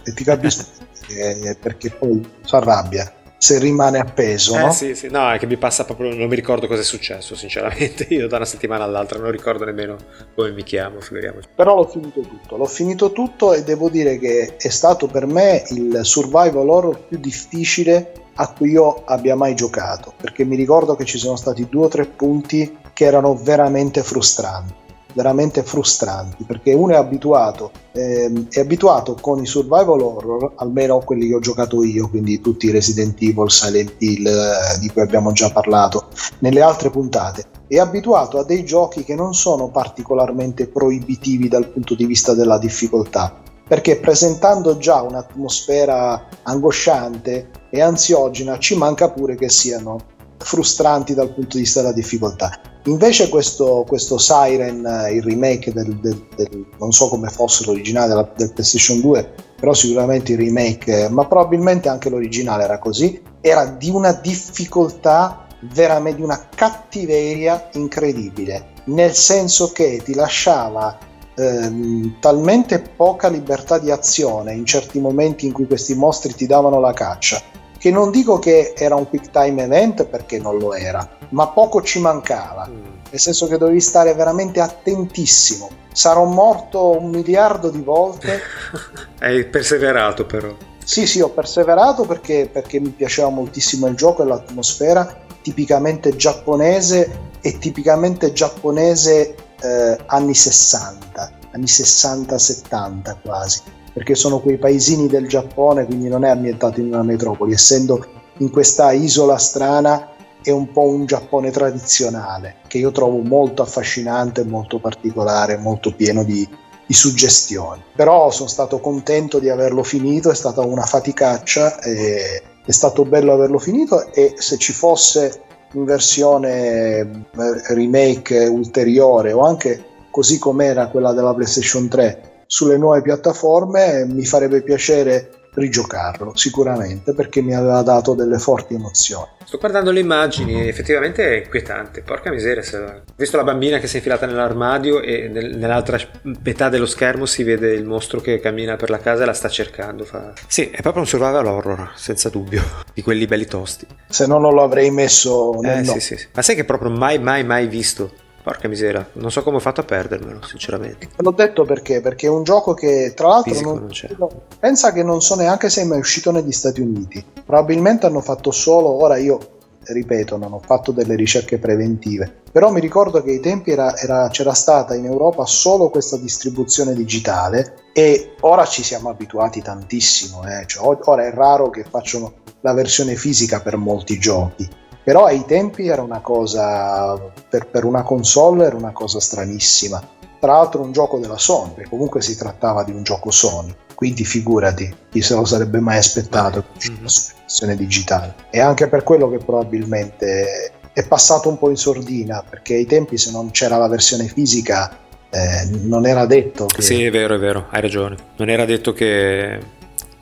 perché poi si arrabbia se rimane appeso, no? Sì, no, è che mi passa proprio, non mi ricordo cosa è successo, sinceramente. Io da una settimana all'altra non ricordo nemmeno come mi chiamo, figuriamoci. Però l'ho finito tutto, e devo dire che è stato per me il survival horror più difficile a cui io abbia mai giocato, perché mi ricordo che ci sono stati 2 o 3 punti che erano veramente frustranti, perché uno è abituato con i survival horror, almeno quelli che ho giocato io, quindi tutti i Resident Evil, Silent Hill, di cui abbiamo già parlato nelle altre puntate, è abituato a dei giochi che non sono particolarmente proibitivi dal punto di vista della difficoltà, perché presentando già un'atmosfera angosciante e ansiogena ci manca pure che siano frustranti dal punto di vista della difficoltà. Invece questo Siren, il remake del non so come fosse l'originale del PlayStation 2, però sicuramente il remake, ma probabilmente anche l'originale era così, era di una difficoltà veramente, di una cattiveria incredibile, nel senso che ti lasciava talmente poca libertà di azione in certi momenti in cui questi mostri ti davano la caccia, che non dico che era un quick time event, perché non lo era, ma poco ci mancava, nel senso che dovevi stare veramente attentissimo. Sarò morto 1 miliardo di volte. Hai perseverato però. Sì, ho perseverato perché mi piaceva moltissimo il gioco e l'atmosfera tipicamente giapponese, anni 60, anni 60-70 quasi, perché sono quei paesini del Giappone, quindi non è ambientato in una metropoli, essendo in questa isola strana. È un po' un Giappone tradizionale che io trovo molto affascinante, molto particolare, molto pieno di suggestioni. Però sono stato contento di averlo finito, è stata una faticaccia, è stato bello averlo finito, e se ci fosse in versione remake ulteriore, o anche così com'era quella della PlayStation 3 sulle nuove piattaforme, mi farebbe piacere rigiocarlo sicuramente, perché mi aveva dato delle forti emozioni. Sto guardando le immagini e effettivamente è inquietante, porca miseria. Ho visto la bambina che si è infilata nell'armadio e nell'altra metà dello schermo si vede il mostro che cammina per la casa e la sta cercando. Sì, è proprio un survival horror, senza dubbio, di quelli belli tosti. Se no non lo avrei messo nel no. Sì. Ma sai che proprio mai visto? Porca miseria, non so come ho fatto a perdermelo, sinceramente. L'ho detto perché è un gioco che tra l'altro non c'è. Pensa che non so neanche se è mai uscito negli Stati Uniti. Probabilmente hanno fatto solo, ora io ripeto, non ho fatto delle ricerche preventive, però mi ricordo che ai tempi c'era stata in Europa solo questa distribuzione digitale, e ora ci siamo abituati tantissimo, cioè, ora è raro che facciano la versione fisica per molti giochi. Però ai tempi era una cosa, per una console era una cosa stranissima. Tra l'altro un gioco della Sony, perché comunque si trattava di un gioco Sony, quindi figurati, chi se lo sarebbe mai aspettato una versione digitale. E anche per quello che probabilmente è passato un po' in sordina, perché ai tempi se non c'era la versione fisica non era detto che... Sì, è vero, hai ragione. Non era detto che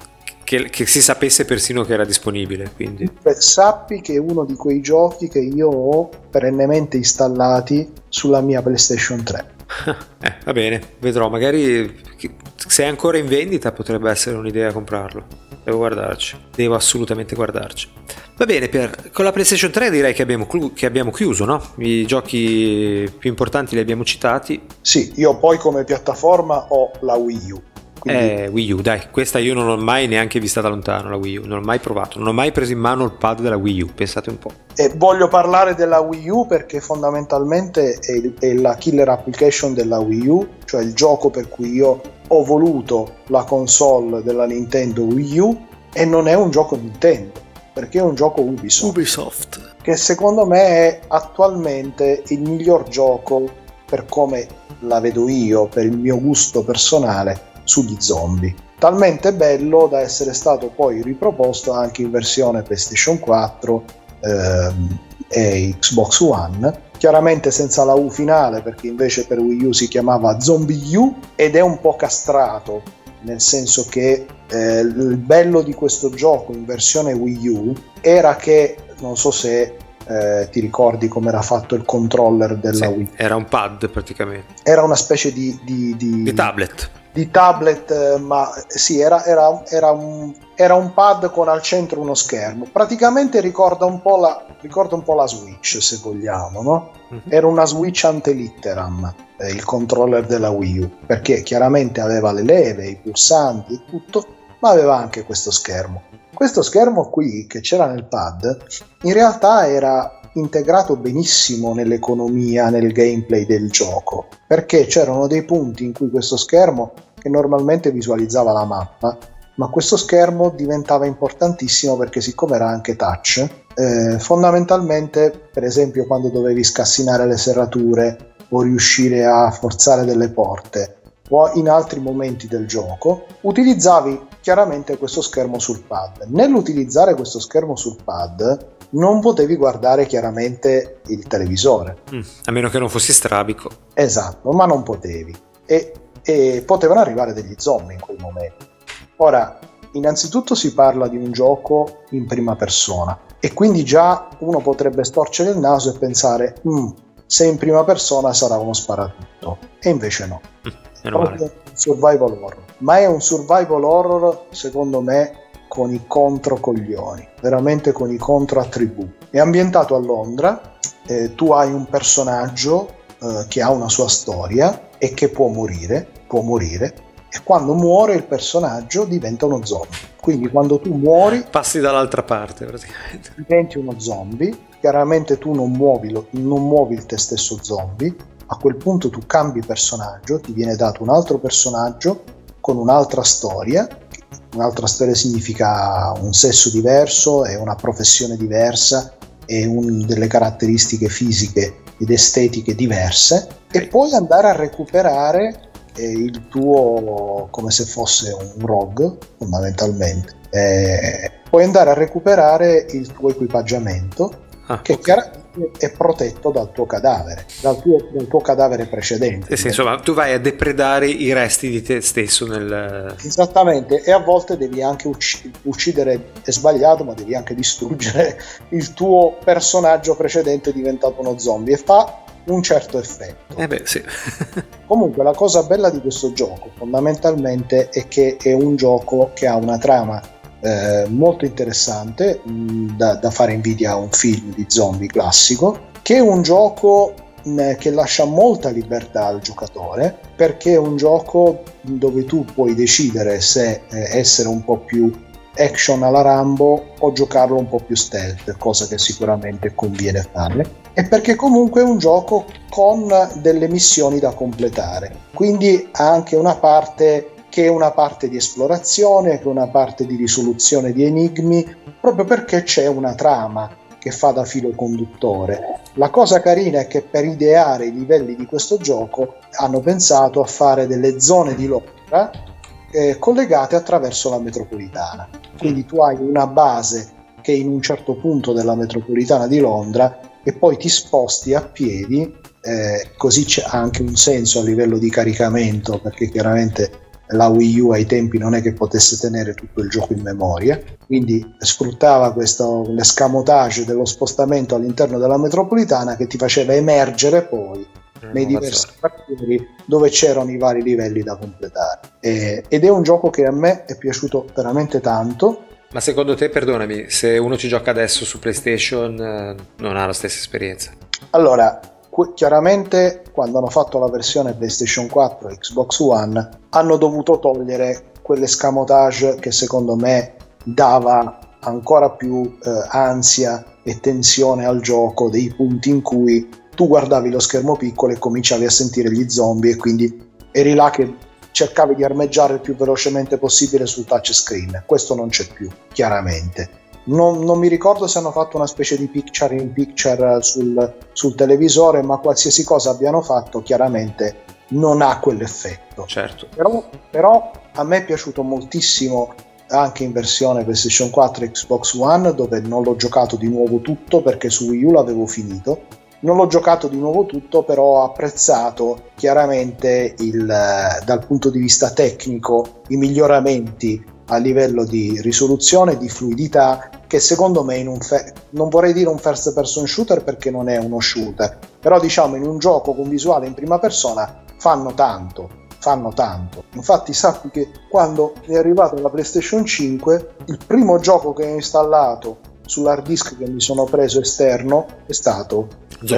si sapesse persino che era disponibile, quindi. Sappi che è uno di quei giochi che io ho perennemente installati sulla mia PlayStation 3. Va bene, vedrò, magari se è ancora in vendita potrebbe essere un'idea comprarlo. Devo assolutamente guardarci. Va bene, con la PlayStation 3 direi che abbiamo chiuso, no? I giochi più importanti li abbiamo citati. Sì, io poi come piattaforma ho la Wii U. Wii U, dai, questa io non l'ho mai neanche vista da lontano, la Wii U, non l'ho mai provato, non ho mai preso in mano il pad della Wii U, pensate un po'. E voglio parlare della Wii U perché fondamentalmente è la killer application della Wii U, cioè il gioco per cui io ho voluto la console della Nintendo Wii U, e non è un gioco Nintendo, perché è un gioco Ubisoft, che secondo me è attualmente il miglior gioco, per come la vedo io, per il mio gusto personale, sugli zombie. Talmente bello da essere stato poi riproposto anche in versione PlayStation 4 e Xbox One, chiaramente senza la U finale, perché invece per Wii U si chiamava Zombie U, ed è un po' castrato, nel senso che il bello di questo gioco in versione Wii U era che, non so se ti ricordi come era fatto il controller della Wii. Era un pad praticamente. Era una specie di tablet. Di tablet, ma sì, era un pad con al centro uno schermo. Praticamente ricorda un po' la Switch, se vogliamo, no? Mm-hmm. Era una Switch ante litteram, il controller della Wii U, perché chiaramente aveva le leve, i pulsanti e tutto, ma aveva anche questo schermo. Questo schermo qui che c'era nel pad in realtà era integrato benissimo nell'economia, nel gameplay del gioco, perché c'erano dei punti in cui questo schermo, che normalmente visualizzava la mappa, ma questo schermo diventava importantissimo perché, siccome era anche touch, fondamentalmente, per esempio quando dovevi scassinare le serrature o riuscire a forzare delle porte, o in altri momenti del gioco, utilizzavi chiaramente questo schermo sul pad. Nell'utilizzare questo schermo sul pad non potevi guardare chiaramente il televisore, a meno che non fossi strabico. Esatto, ma non potevi, e potevano arrivare degli zombie in quel momento. Ora, innanzitutto si parla di un gioco in prima persona, e quindi già uno potrebbe storcere il naso e pensare se in prima persona sarà uno sparatutto, e invece no. È un survival horror, ma è un survival horror secondo me con i controcoglioni, veramente con i controattributi. È ambientato a Londra, tu hai un personaggio che ha una sua storia e che può morire, e quando muore il personaggio diventa uno zombie. Quindi quando tu muori passi dall'altra parte praticamente, diventi uno zombie. Chiaramente tu non muovi il te stesso zombie. A quel punto tu cambi personaggio, ti viene dato un altro personaggio con un'altra storia. Un'altra storia significa un sesso diverso e una professione diversa e delle caratteristiche fisiche ed estetiche diverse, e puoi andare a recuperare il tuo, come se fosse un rogue fondamentalmente, puoi andare a recuperare il tuo equipaggiamento, che è protetto dal tuo cadavere, dal tuo cadavere precedente. Sì, insomma, tu vai a depredare i resti di te stesso Esattamente, e a volte devi anche uccidere, è sbagliato, ma devi anche distruggere il tuo personaggio precedente diventato uno zombie, e fa un certo effetto. Sì. Comunque la cosa bella di questo gioco fondamentalmente è che è un gioco che ha una trama molto interessante, da fare invidia a un film di zombie classico, che è un gioco che lascia molta libertà al giocatore, perché è un gioco dove tu puoi decidere se essere un po' più action alla Rambo o giocarlo un po' più stealth, cosa che sicuramente conviene fare, e perché comunque è un gioco con delle missioni da completare, quindi ha anche una parte che è una parte di esplorazione, che è una parte di risoluzione di enigmi, proprio perché c'è una trama che fa da filo conduttore. La cosa carina è che per ideare i livelli di questo gioco hanno pensato a fare delle zone di Londra collegate attraverso la metropolitana, quindi tu hai una base che è in un certo punto della metropolitana di Londra e poi ti sposti a piedi, così c'è anche un senso a livello di caricamento, perché chiaramente la Wii U ai tempi non è che potesse tenere tutto il gioco in memoria, quindi sfruttava l'escamotage dello spostamento all'interno della metropolitana che ti faceva emergere poi nei diversi quartieri dove c'erano i vari livelli da completare, ed è un gioco che a me è piaciuto veramente tanto. Ma secondo te, perdonami, se uno ci gioca adesso su PlayStation non ha la stessa esperienza? Allora, chiaramente quando hanno fatto la versione PlayStation 4 e Xbox One hanno dovuto togliere quell'escamotage che secondo me dava ancora più ansia e tensione al gioco, dei punti in cui tu guardavi lo schermo piccolo e cominciavi a sentire gli zombie e quindi eri là che cercavi di armeggiare il più velocemente possibile sul touchscreen. Questo non c'è più, chiaramente. Non mi ricordo se hanno fatto una specie di picture in picture sul televisore, ma qualsiasi cosa abbiano fatto chiaramente non ha quell'effetto. Certo. Però a me è piaciuto moltissimo anche in versione PlayStation 4 e Xbox One, dove non l'ho giocato di nuovo tutto perché su Wii U l'avevo finito. Non l'ho giocato di nuovo tutto, però ho apprezzato chiaramente dal punto di vista tecnico i miglioramenti a livello di risoluzione, di fluidità, che secondo me non vorrei dire un first person shooter perché non è uno shooter, però diciamo in un gioco con visuale in prima persona fanno tanto. Infatti sappi che quando è arrivata la PlayStation 5 il primo gioco che ho installato sull'hard disk che mi sono preso esterno è stato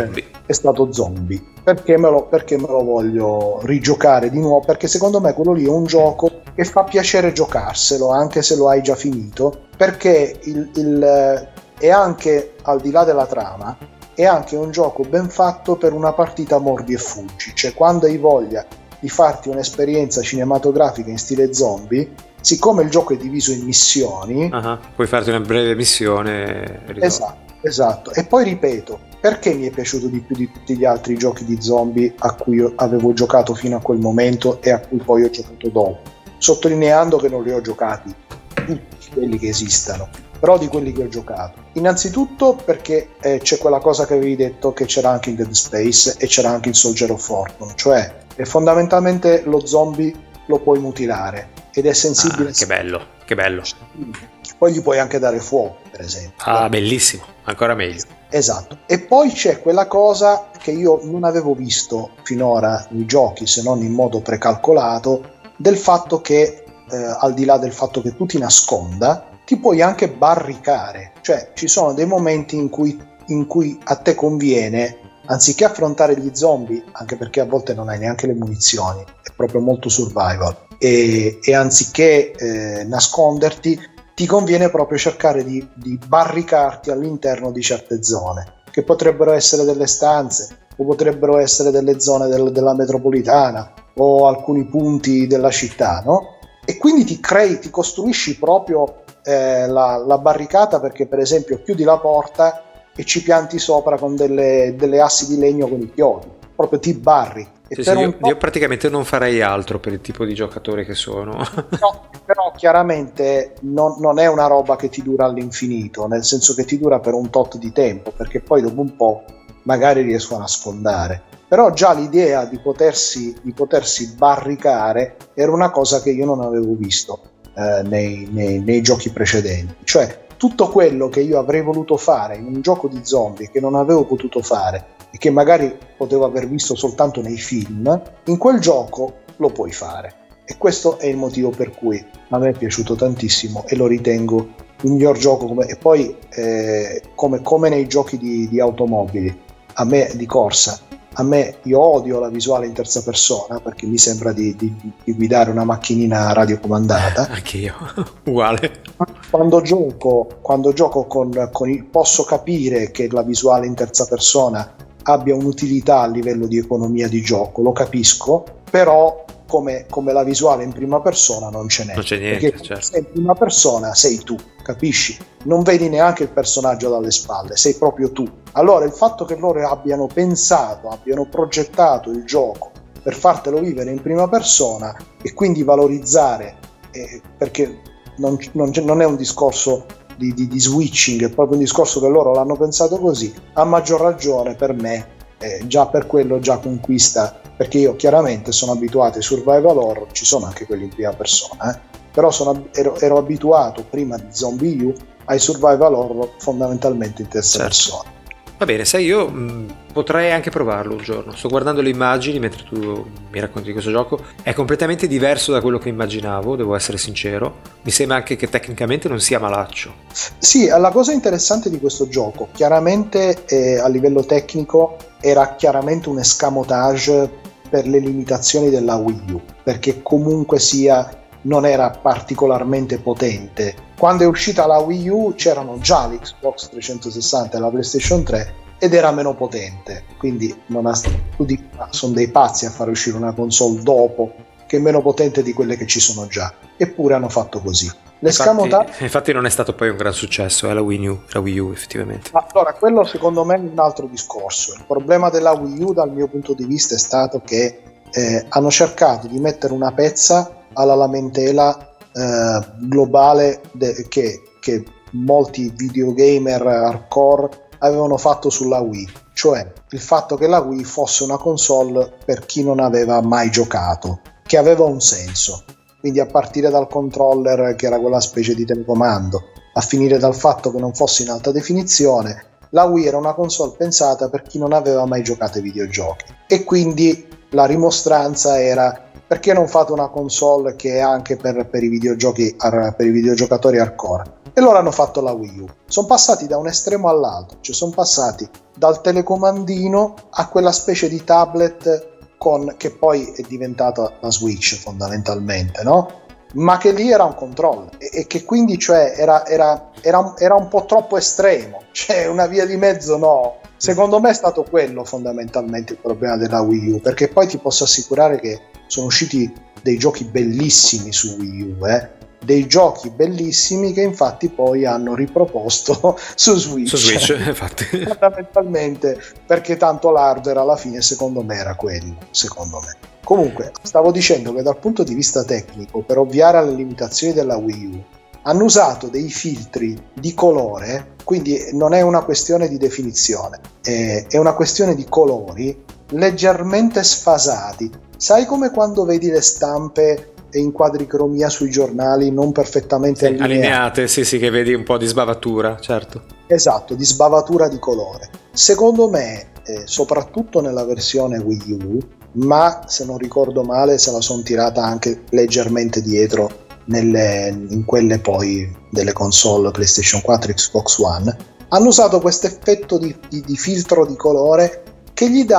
Zombie. Perché me lo voglio rigiocare di nuovo, perché secondo me quello lì è un gioco che fa piacere giocarselo anche se lo hai già finito, perché è anche, al di là della trama, è anche un gioco ben fatto per una partita mordi e fuggi, cioè quando hai voglia di farti un'esperienza cinematografica in stile zombie, siccome il gioco è diviso in missioni, puoi farti una breve missione. Esatto. E poi ripeto, perché mi è piaciuto di più di tutti gli altri giochi di zombie a cui io avevo giocato fino a quel momento e a cui poi ho giocato dopo, sottolineando che non li ho giocati tutti quelli che esistano, però di quelli che ho giocato. Innanzitutto perché c'è quella cosa che avevi detto, che c'era anche in Dead Space e c'era anche in Soldier of Fortune, cioè fondamentalmente lo zombie lo puoi mutilare ed è sensibile. Che bello. Poi gli puoi anche dare fuoco, per esempio. Bellissimo, ancora meglio. Esatto. E poi c'è quella cosa che io non avevo visto finora nei giochi, se non in modo precalcolato, del fatto che al di là del fatto che tu ti nasconda, ti puoi anche barricare. Cioè ci sono dei momenti in cui a te conviene, anziché affrontare gli zombie, anche perché a volte non hai neanche le munizioni, è proprio molto survival, e anziché nasconderti, ti conviene proprio cercare di barricarti all'interno di certe zone, che potrebbero essere delle stanze o potrebbero essere delle zone della metropolitana o alcuni punti della città, no? E quindi ti costruisci proprio la barricata, perché per esempio chiudi la porta e ci pianti sopra con delle assi di legno con i chiodi, proprio ti barri. Sì, sì, io praticamente non farei altro per il tipo di giocatore che sono. No, però chiaramente non è una roba che ti dura all'infinito, nel senso che ti dura per un tot di tempo, perché poi dopo un po' magari riescono a sfondare. Però già l'idea di potersi barricare era una cosa che io non avevo visto nei giochi precedenti. Cioè tutto quello che io avrei voluto fare in un gioco di zombie che non avevo potuto fare e che magari potevo aver visto soltanto nei film, in quel gioco lo puoi fare. E questo è il motivo per cui a me è piaciuto tantissimo e lo ritengo il miglior gioco. E poi come nei giochi di automobili, a me di corsa, io odio la visuale in terza persona perché mi sembra di guidare una macchinina radiocomandata. Anche io, uguale. Quando gioco posso capire che la visuale in terza persona abbia un'utilità a livello di economia di gioco, lo capisco, però come la visuale in prima persona non ce n'è. Non c'è niente, perché certo. se in prima persona sei tu, capisci? Non vedi neanche il personaggio dalle spalle, sei proprio tu. Allora il fatto che loro abbiano progettato il gioco per fartelo vivere in prima persona e quindi valorizzare, perché non è un discorso di switching, è proprio un discorso che loro l'hanno pensato così, a maggior ragione per me già per quello già conquista, perché io chiaramente sono abituato ai survival horror, ci sono anche quelli in prima persona, però ero abituato prima di Zombie U ai survival horror fondamentalmente in terza persona. Va bene, sai, io potrei anche provarlo un giorno. Sto guardando le immagini mentre tu mi racconti di questo gioco. È completamente diverso da quello che immaginavo, devo essere sincero. Mi sembra anche che tecnicamente non sia malaccio. Sì, la cosa interessante di questo gioco, chiaramente a livello tecnico, era chiaramente un escamotage per le limitazioni della Wii U, perché comunque sia non era particolarmente potente. Quando è uscita la Wii U c'erano già l'Xbox 360 e la PlayStation 3 ed era meno potente, quindi sono dei pazzi a far uscire una console dopo che è meno potente di quelle che ci sono già, eppure hanno fatto così. Infatti non è stato poi un gran successo la Wii U effettivamente. Allora, quello secondo me è un altro discorso. Il problema della Wii U dal mio punto di vista è stato che hanno cercato di mettere una pezza alla lamentela globale che molti videogamer hardcore avevano fatto sulla Wii, cioè il fatto che la Wii fosse una console per chi non aveva mai giocato, che aveva un senso, quindi a partire dal controller che era quella specie di telecomando, a finire dal fatto che non fosse in alta definizione, la Wii era una console pensata per chi non aveva mai giocato ai videogiochi, e quindi la rimostranza era: perché non fate una console che è anche per i videogiochi, per i videogiocatori hardcore? E loro hanno fatto la Wii U. Sono passati da un estremo all'altro, cioè sono passati dal telecomandino a quella specie di tablet che poi è diventata la Switch fondamentalmente, no? Ma che lì era un controller e che quindi cioè era un po' troppo estremo, cioè una via di mezzo no. Secondo me è stato quello fondamentalmente il problema della Wii U, perché poi ti posso assicurare che sono usciti dei giochi bellissimi su Wii U, dei giochi bellissimi che infatti poi hanno riproposto su Switch infatti. Fondamentalmente perché tanto l'hardware alla fine secondo me era quello, secondo me. Comunque stavo dicendo che dal punto di vista tecnico, per ovviare alle limitazioni della Wii U, hanno usato dei filtri di colore, quindi non è una questione di definizione, è una questione di colori leggermente sfasati. Sai come quando vedi le stampe in quadricromia sui giornali non perfettamente allineate, sì, che vedi un po' di sbavatura, certo. Esatto, di sbavatura di colore. Secondo me, soprattutto nella versione Wii U, ma se non ricordo male se la sono tirata anche leggermente dietro in quelle poi delle console PlayStation 4 e Xbox One, hanno usato questo effetto di filtro di colore che gli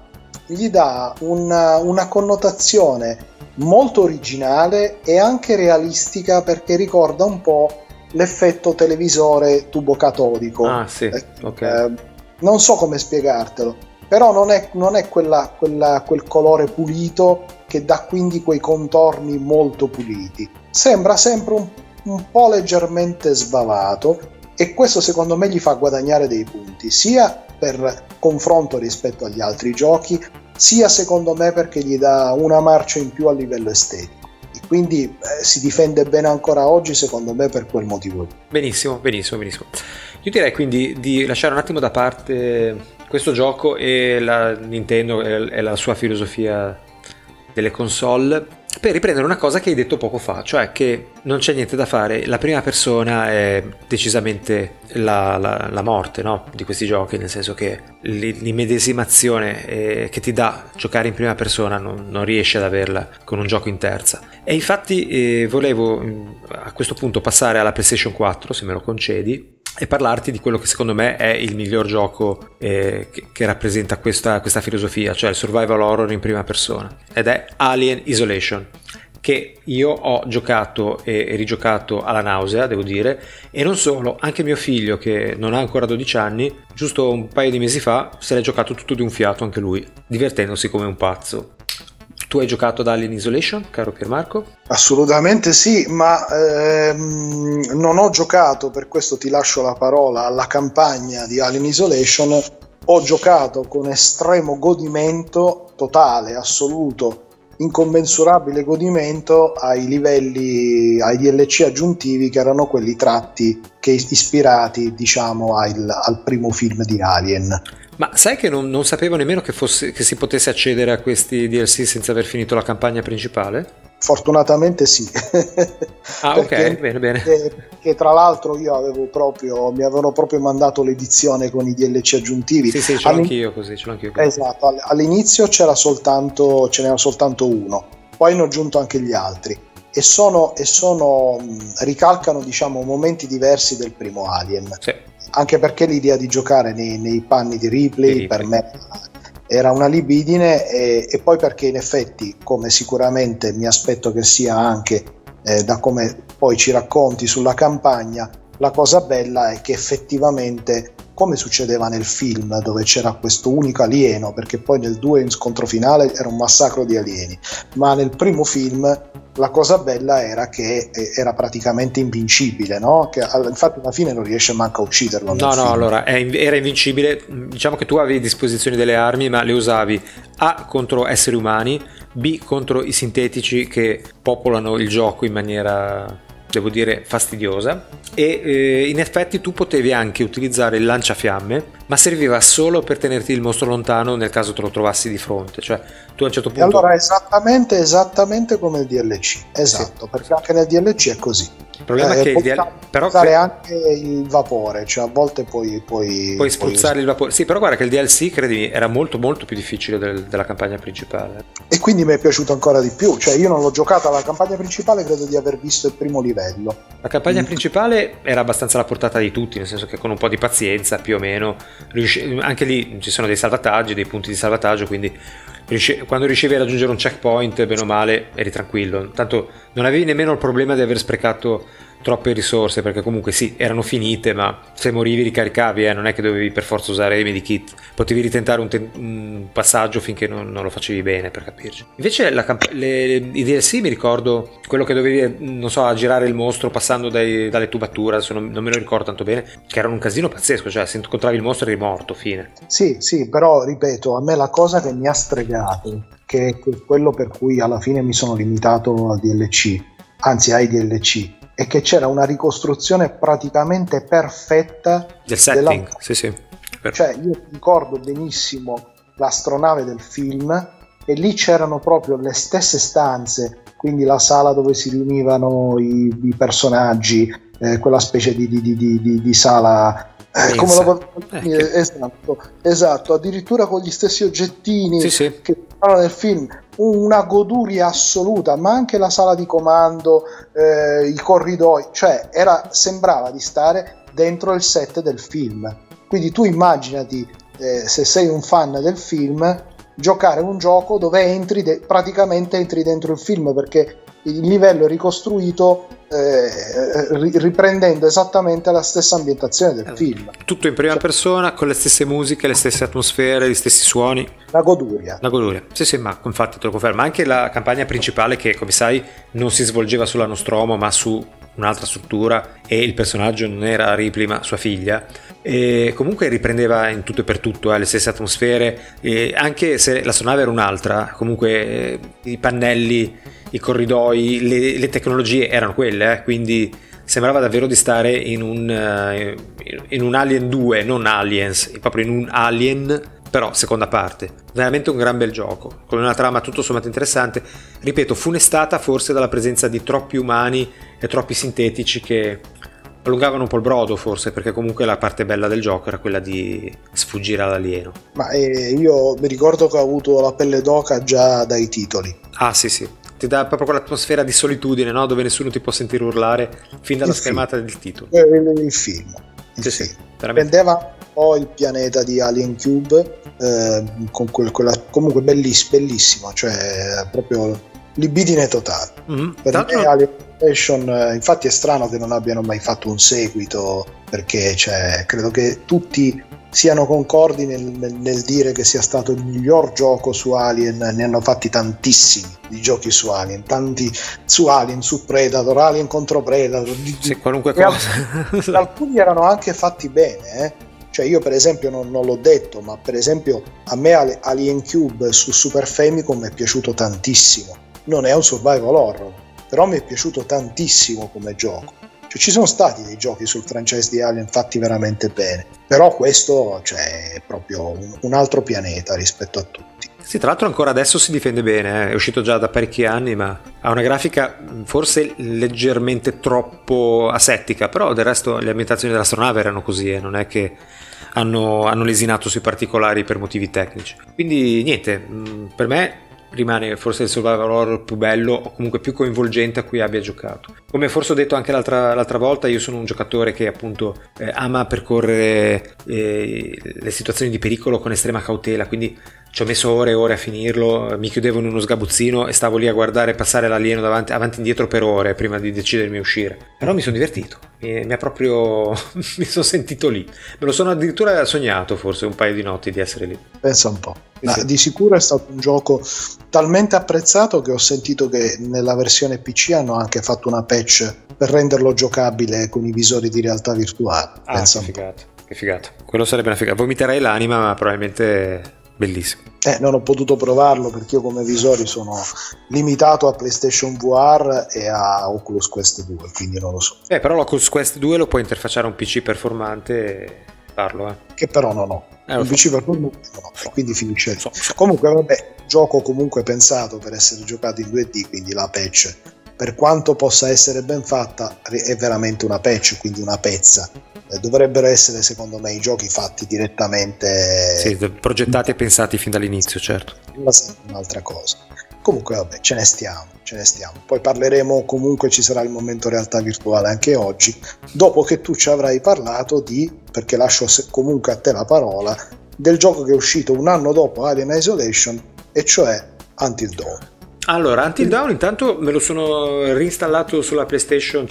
dà una connotazione molto originale e anche realistica, perché ricorda un po' l'effetto televisore tubo catodico. Ah sì, ok. Non so come spiegartelo, però non è quel colore pulito che dà quindi quei contorni molto puliti. Sembra sempre un po' leggermente sbavato, e questo secondo me gli fa guadagnare dei punti sia per confronto rispetto agli altri giochi, sia secondo me perché gli dà una marcia in più a livello estetico. Quindi si difende bene ancora oggi, secondo me, per quel motivo. Benissimo. Io direi quindi di lasciare un attimo da parte questo gioco e la Nintendo e la sua filosofia delle console, per riprendere una cosa che hai detto poco fa, cioè che non c'è niente da fare, la prima persona è decisamente la morte, no? Di questi giochi, nel senso che l'immedesimazione che ti dà giocare in prima persona non riesci ad averla con un gioco in terza. E infatti volevo a questo punto passare alla PlayStation 4, se me lo concedi, e parlarti di quello che secondo me è il miglior gioco che rappresenta questa filosofia, cioè il survival horror in prima persona, ed è Alien Isolation, che io ho giocato e rigiocato alla nausea, devo dire, e non solo, anche mio figlio, che non ha ancora 12 anni, giusto un paio di mesi fa se l'è giocato tutto di un fiato anche lui, divertendosi come un pazzo. Tu hai giocato ad Alien Isolation, caro Piermarco? Assolutamente sì, ma non ho giocato, per questo ti lascio la parola, alla campagna di Alien Isolation. Ho giocato con estremo godimento, totale, assoluto, incommensurabile godimento ai livelli, ai DLC aggiuntivi, che erano quelli tratti, che ispirati, diciamo, al primo film di Alien. Ma sai che non sapevo nemmeno che si potesse accedere a questi DLC senza aver finito la campagna principale? Fortunatamente sì. Ah, ok, bene. Che tra l'altro mi avevano proprio mandato l'edizione con i DLC aggiuntivi. Sì, ce l'ho anch'io così. Esatto, all'inizio ce n'era soltanto uno, poi ne ho aggiunto anche gli altri e ricalcano, diciamo, momenti diversi del primo Alien. Sì. Anche perché l'idea di giocare nei panni di Ripley per me era una libidine, e poi perché in effetti, come sicuramente mi aspetto che sia anche da come poi ci racconti sulla campagna, la cosa bella è che effettivamente, come succedeva nel film dove c'era questo unico alieno, perché poi nel 2 in scontro finale era un massacro di alieni, ma nel primo film la cosa bella era che era praticamente invincibile, no? Che infatti alla fine non riesce manco a ucciderlo. No, allora era invincibile. Diciamo che tu avevi a disposizione delle armi, ma le usavi A contro esseri umani, B contro i sintetici che popolano il gioco in maniera, devo dire, fastidiosa, e in effetti tu potevi anche utilizzare il lanciafiamme, ma serviva solo per tenerti il mostro lontano nel caso te lo trovassi di fronte. Cioè tu a un certo punto... E allora esattamente come il DLC, esatto, sì. Perché anche nel DLC è così. Il problema è che però usare anche il vapore, cioè a volte puoi spruzzare il vapore. Sì, però guarda che il DLC, credimi, era molto molto più difficile della campagna principale. E quindi mi è piaciuto ancora di più. Cioè io non l'ho giocata alla campagna principale, credo di aver visto il primo livello. La campagna principale era abbastanza alla portata di tutti, nel senso che con un po' di pazienza, più o meno, anche lì ci sono dei salvataggi, dei punti di salvataggio, quindi quando riuscivi a raggiungere un checkpoint, bene o male, eri tranquillo. Tanto non avevi nemmeno il problema di aver sprecato troppe risorse, perché comunque sì, erano finite, ma se morivi ricaricavi, non è che dovevi per forza usare i medikit, potevi ritentare un passaggio finché non lo facevi bene, per capirci. Invece i DLC, mi ricordo quello che dovevi, non so, aggirare il mostro passando dalle tubature, adesso non me lo ricordo tanto bene, che erano un casino pazzesco, cioè se incontravi il mostro eri morto, fine. Sì, però ripeto, a me la cosa che mi ha stregato, che è quello per cui alla fine mi sono limitato al DLC, anzi ai DLC, è che c'era una ricostruzione praticamente perfetta del setting. Sì. Cioè io ricordo benissimo l'astronave del film, e lì c'erano proprio le stesse stanze, quindi la sala dove si riunivano i personaggi, quella specie di sala, come lo esatto, addirittura con gli stessi oggettini che stavano nel film. Una goduria assoluta, ma anche la sala di comando, i corridoi, cioè sembrava di stare dentro il set del film. Quindi tu immaginati, se sei un fan del film, giocare un gioco dove praticamente entri dentro il film, perché il livello è ricostruito riprendendo esattamente la stessa ambientazione del film. Tutto in prima persona, con le stesse musiche, le stesse atmosfere, gli stessi suoni. La goduria. Sì, ma infatti te lo confermo. Anche la campagna principale, che come sai non si svolgeva sulla Nostromo ma su un'altra struttura e il personaggio non era Ripley ma sua figlia, e comunque riprendeva in tutto e per tutto le stesse atmosfere, e anche se l'astronave era un'altra, comunque i pannelli, i corridoi, le tecnologie erano quelle, quindi sembrava davvero di stare in un Alien 2, non Aliens, proprio in un Alien, però seconda parte. Veramente un gran bel gioco, con una trama tutto sommato interessante, ripeto, funestata forse dalla presenza di troppi umani e troppi sintetici che allungavano un po' il brodo, forse, perché comunque la parte bella del gioco era quella di sfuggire all'alieno. Ma io mi ricordo che ho avuto la pelle d'oca già dai titoli. Ah sì, ti dà proprio quell'atmosfera di solitudine, no? Dove nessuno ti può sentire urlare fin dalla schermata del titolo. Il film. Sì, prendeva un po' il pianeta di Alien Cube, con quella comunque bellissimo, cioè proprio libidine totale. Per me Alien Isolation, infatti è strano che non abbiano mai fatto un seguito, perché credo che tutti siano concordi nel dire che sia stato il miglior gioco su Alien. Ne hanno fatti tantissimi di giochi su Alien, tanti su Alien, su Predator, Alien contro Predator, qualunque cosa. Alcuni erano anche fatti bene, Cioè io per esempio non l'ho detto, ma per esempio a me Alien Cube su Super Famicom è piaciuto tantissimo. Non è un survival horror, però mi è piaciuto tantissimo come gioco. Cioè, ci sono stati dei giochi sul franchise di Alien fatti veramente bene, però questo è proprio un altro pianeta rispetto a tutti. Sì, tra l'altro ancora adesso si difende bene, è uscito già da parecchi anni, ma ha una grafica forse leggermente troppo asettica, però del resto le ambientazioni dell'astronave erano così, non è che hanno lesinato sui particolari per motivi tecnici. Quindi niente, per me rimane forse il survival horror più bello o comunque più coinvolgente a cui abbia giocato. Come forse ho detto anche l'altra volta, io sono un giocatore che appunto ama percorrere le situazioni di pericolo con estrema cautela, quindi ci ho messo ore e ore a finirlo, mi chiudevo in uno sgabuzzino e stavo lì a guardare passare l'alieno avanti e indietro per ore prima di decidermi a uscire. Però mi sono divertito, mi ha proprio mi sono sentito lì, me lo sono addirittura sognato forse un paio di notti di essere lì. Pensa un po'. Sì. Di sicuro è stato un gioco talmente apprezzato che ho sentito che nella versione PC hanno anche fatto una patch per renderlo giocabile con i visori di realtà virtuale. Pensa che figata, quello sarebbe una figata, vomiterei l'anima, ma probabilmente bellissimo. Non ho potuto provarlo perché io come visori sono limitato a PlayStation VR e a Oculus Quest 2, quindi non lo so. Però l'Oculus Quest 2 lo puoi interfacciare a un PC performante e farlo, che però non ho. Un PC performante non ho, quindi finisce. Comunque vabbè, gioco comunque pensato per essere giocato in 2D, quindi la patch, per quanto possa essere ben fatta, è veramente una patch, quindi una pezza. Dovrebbero essere secondo me i giochi fatti direttamente, sì, progettati e pensati fin dall'inizio, certo. Un'altra cosa. Comunque vabbè, ce ne stiamo. Poi parleremo, comunque ci sarà il momento realtà virtuale anche oggi, dopo che tu ci avrai parlato perché lascio comunque a te la parola, del gioco che è uscito un anno dopo Alien Isolation, e cioè Until Dawn. Allora, Until Dawn intanto me lo sono reinstallato sulla PlayStation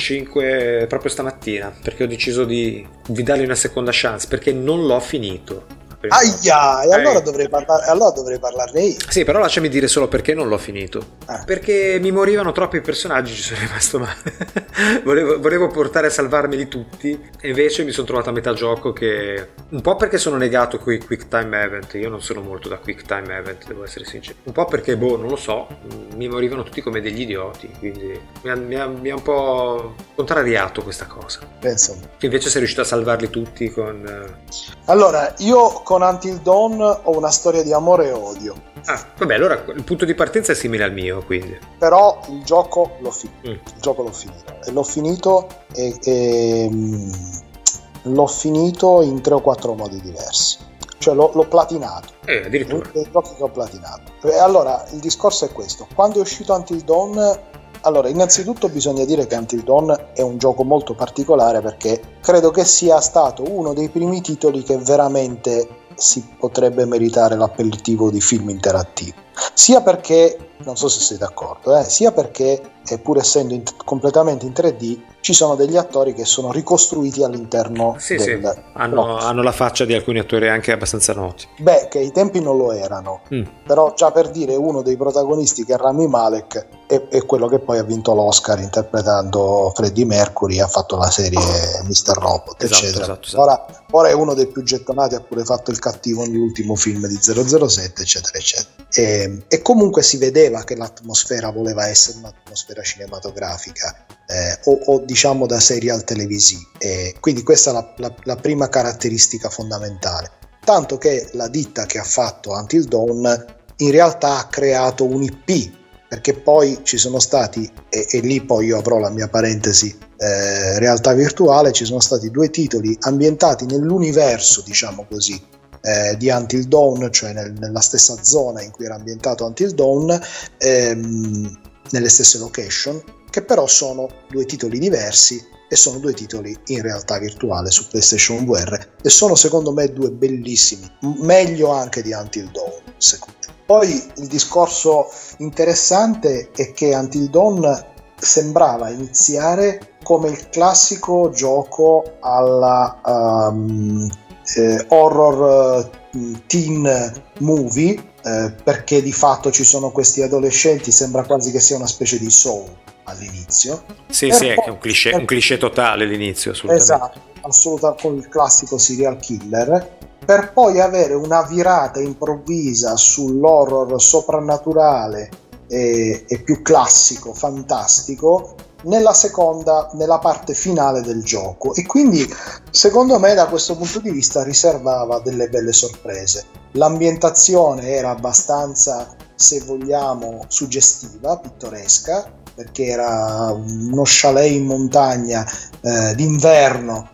5 proprio stamattina, perché ho deciso di dargli una seconda chance, perché non l'ho finito. Aia, e allora dovrei parlarne io. Sì, però lasciami dire solo perché non l'ho finito. Perché mi morivano troppi personaggi, ci sono rimasto male. volevo portare a salvarmeli tutti, e invece mi sono trovato a metà gioco, che un po' perché sono negato coi quick time event. Io non sono molto da quick time event, devo essere sincero. Un po' perché non lo so, mi morivano tutti come degli idioti, quindi mi ha un po' contrariato questa cosa. Penso. Invece sei riuscito a salvarli tutti con... Allora, io con Until Dawn ho una storia di amore e odio. Vabbè, allora il punto di partenza è simile al mio, quindi. Però il gioco l'ho finito. Il gioco l'ho finito. E l'ho finito l'ho finito in 3 o 4 modi diversi. Cioè l'ho platinato. Addirittura. Dei giochi che ho platinato. E allora, il discorso è questo. Quando è uscito Until Dawn... Allora, innanzitutto bisogna dire che Until Dawn è un gioco molto particolare, perché credo che sia stato uno dei primi titoli che veramente si potrebbe meritare l'appellativo di film interattivo. sia perché, non so se sei d'accordo, sia perché pur essendo completamente in 3D ci sono degli attori che sono ricostruiti all'interno sì, hanno la faccia di alcuni attori anche abbastanza noti. Beh, che ai tempi non lo erano, però già per dire, uno dei protagonisti, che è Rami Malek, è quello che poi ha vinto l'Oscar interpretando Freddie Mercury, ha fatto la serie Mr. Robot, eccetera. Esatto. Ora è uno dei più gettonati, ha pure fatto il cattivo nell'ultimo film di 007, eccetera, eccetera. E comunque si vedeva che l'atmosfera voleva essere un'atmosfera cinematografica, o diciamo da serial televisivi, quindi questa è la prima caratteristica fondamentale, tanto che la ditta che ha fatto Until Dawn in realtà ha creato un IP, perché poi ci sono stati, e lì poi io avrò la mia parentesi realtà virtuale, ci sono stati 2 titoli ambientati nell'universo, diciamo così, di Until Dawn, cioè nella stessa zona in cui era ambientato Until Dawn, nelle stesse location, che però sono 2 titoli diversi e sono 2 titoli in realtà virtuale su PlayStation VR, e sono secondo me 2 bellissimi, meglio anche di Until Dawn secondo me. Poi il discorso interessante è che Until Dawn sembrava iniziare come il classico gioco alla horror teen movie, perché di fatto ci sono questi adolescenti, sembra quasi che sia una specie di Saw all'inizio. Sì, è un cliché totale l'inizio, assolutamente. Esatto, assolutamente, con il classico serial killer, per poi avere una virata improvvisa sull'horror soprannaturale e più classico, fantastico, nella parte finale del gioco, e quindi secondo me da questo punto di vista riservava delle belle sorprese. L'ambientazione era abbastanza, se vogliamo, suggestiva, pittoresca, perché era uno chalet in montagna d'inverno,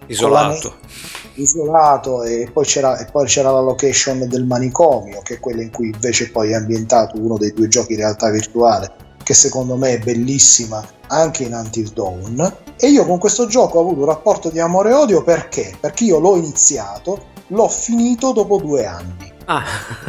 isolato, e poi c'era la location del manicomio, che è quella in cui invece poi è ambientato uno dei 2 giochi in realtà virtuale, che secondo me è bellissima anche in Until Dawn. E io con questo gioco ho avuto un rapporto di amore e odio, perché io l'ho iniziato, l'ho finito dopo 2 anni. Ah,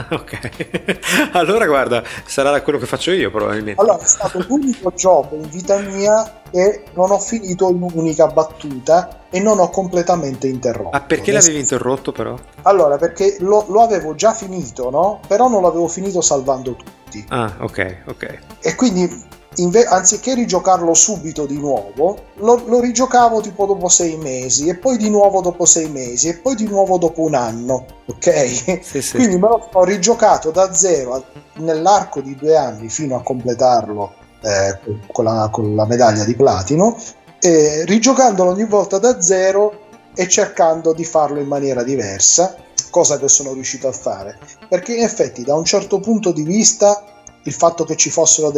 ok. Allora guarda, sarà quello che faccio io probabilmente. Allora, è stato l'unico gioco in vita mia che non ho finito in un'unica battuta e non ho completamente interrotto. Ah, perché l'avevi interrotto però? Allora, perché lo avevo già finito, no? Però non l'avevo finito salvando tutti. Ah, ok. E quindi anziché rigiocarlo subito di nuovo, lo rigiocavo tipo dopo 6 mesi, e poi di nuovo dopo 6 mesi, e poi di nuovo dopo 1 anno, ok? Sì. Quindi me lo ho rigiocato da zero nell'arco di 2 anni fino a completarlo con la medaglia di platino, rigiocandolo ogni volta da zero e cercando di farlo in maniera diversa, cosa che sono riuscito a fare, perché in effetti da un certo punto di vista il fatto che ci fossero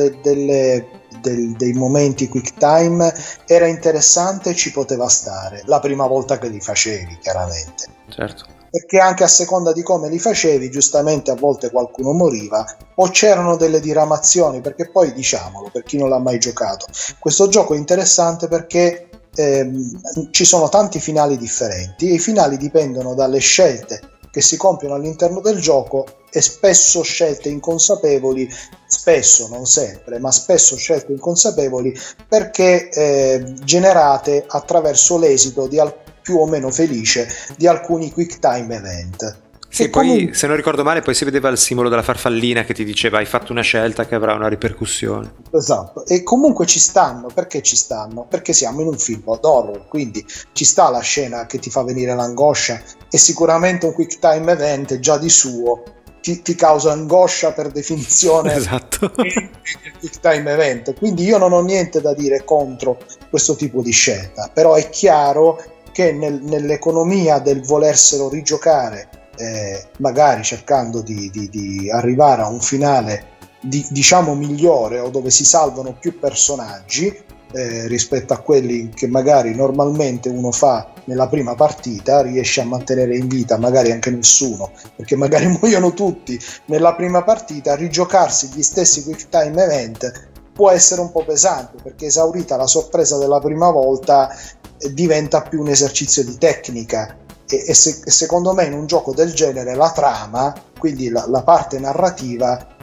dei momenti quick time era interessante e ci poteva stare la prima volta che li facevi, chiaramente. Certo. Perché anche a seconda di come li facevi, giustamente a volte qualcuno moriva o c'erano delle diramazioni, perché poi, diciamolo, per chi non l'ha mai giocato, questo gioco è interessante perché ci sono tanti finali differenti, e i finali dipendono dalle scelte che si compiono all'interno del gioco, e spesso scelte inconsapevoli, spesso, non sempre, ma spesso scelte inconsapevoli, perché generate attraverso l'esito più o meno felice di alcuni quick time event. Sì, poi comunque, se non ricordo male, poi si vedeva il simbolo della farfallina che ti diceva hai fatto una scelta che avrà una ripercussione. Esatto, e comunque ci stanno, perché ci stanno? Perché siamo in un film d'horror, quindi ci sta la scena che ti fa venire l'angoscia, e sicuramente un quick time event già di suo ti causa angoscia per definizione. Esatto. Il quick time event, quindi io non ho niente da dire contro questo tipo di scelta, però è chiaro che nell'economia del volerselo rigiocare, magari cercando di arrivare a un finale diciamo migliore, o dove si salvano più personaggi rispetto a quelli che magari normalmente uno fa nella prima partita, riesce a mantenere in vita magari anche nessuno, perché magari muoiono tutti nella prima partita. Rigiocarsi gli stessi quick time event può essere un po' pesante, perché esaurita la sorpresa della prima volta diventa più un esercizio di tecnica, e secondo me in un gioco del genere la trama, quindi la parte narrativa,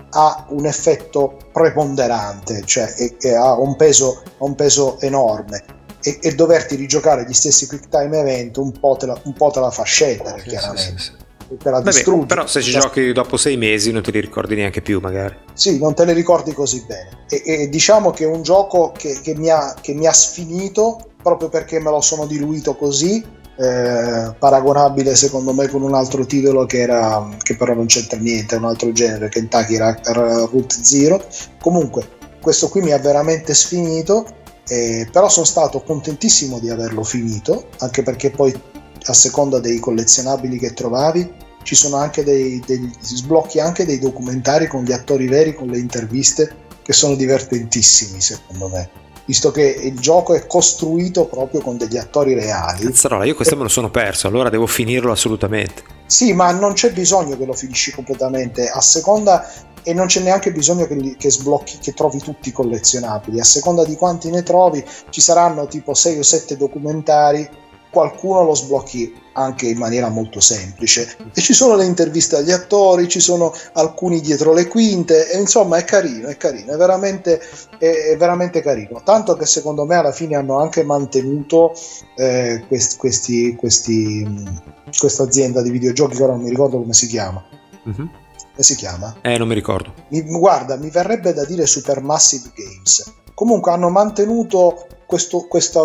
ha un effetto preponderante, cioè ha un peso enorme, e doverti rigiocare gli stessi quick time event un po' te la fa scendere, chiaramente. Sì. Te la distrugge. Però se ci giochi dopo 6 mesi non te li ricordi neanche più, magari. Sì, non te le ricordi così bene, e diciamo che è un gioco che mi ha sfinito proprio perché me lo sono diluito così, paragonabile secondo me con un altro titolo che però non c'entra niente, è un altro genere, Kentucky Route Zero. Comunque questo qui mi ha veramente sfinito, però sono stato contentissimo di averlo finito, anche perché poi a seconda dei collezionabili che trovavi ci sono anche degli sblocchi, anche dei documentari con gli attori veri, con le interviste, che sono divertentissimi secondo me, visto che il gioco è costruito proprio con degli attori reali. Cazzarola, io questo me lo sono perso, allora devo finirlo assolutamente. Sì, ma non c'è bisogno che lo finisci completamente, a seconda, e non c'è neanche bisogno che sblocchi, che trovi tutti i collezionabili, a seconda di quanti ne trovi ci saranno tipo 6 o 7 documentari, qualcuno lo sblocchi anche in maniera molto semplice, e ci sono le interviste agli attori, ci sono alcuni dietro le quinte, e insomma è carino, è veramente carino, tanto che secondo me alla fine hanno anche mantenuto questa azienda di videogiochi che ora non mi ricordo come si chiama. Mm-hmm. Come si chiama? Non mi ricordo. Guarda, mi verrebbe da dire Supermassive Games. Comunque hanno mantenuto questo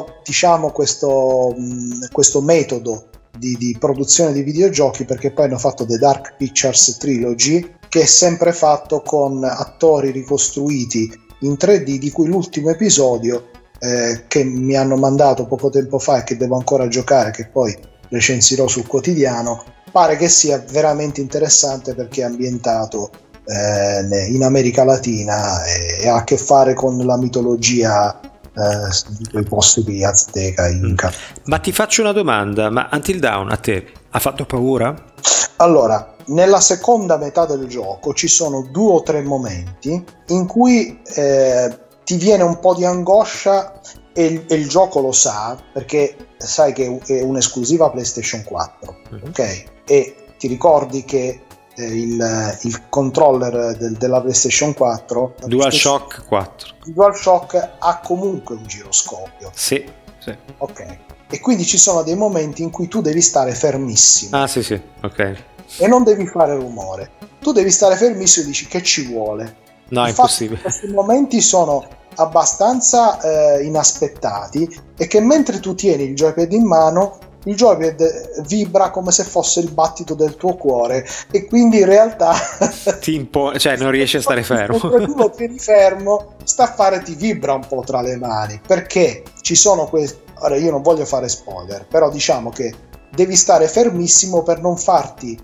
metodo di produzione di videogiochi, perché poi hanno fatto The Dark Pictures Trilogy, che è sempre fatto con attori ricostruiti in 3D, di cui l'ultimo episodio che mi hanno mandato poco tempo fa e che devo ancora giocare, che poi recensirò sul quotidiano, pare che sia veramente interessante perché è ambientato in America Latina e ha a che fare con la mitologia dei posti di Azteca, Inca. Ma ti faccio una domanda, ma Until Dawn a te ha fatto paura? Allora, nella seconda metà del gioco ci sono 2 o 3 momenti in cui ti viene un po' di angoscia, e il gioco lo sa, perché sai che è un'esclusiva PlayStation 4, ok? E ti ricordi che il controller della PlayStation 4, DualShock 4, il DualShock ha comunque un giroscopio. Sì. Ok, e quindi ci sono dei momenti in cui tu devi stare fermissimo. Ah, sì, ok. E non devi fare rumore, tu devi stare fermissimo e dici: che ci vuole? No, è impossibile. Questi momenti sono abbastanza inaspettati, e che mentre tu tieni il joypad in mano, il joypad vibra come se fosse il battito del tuo cuore, e quindi in realtà cioè non riesci a stare fermo. Tu lo tieni fermo, sta a fare, ti vibra un po' tra le mani, perché ci sono ora io non voglio fare spoiler, però diciamo che devi stare fermissimo per non farti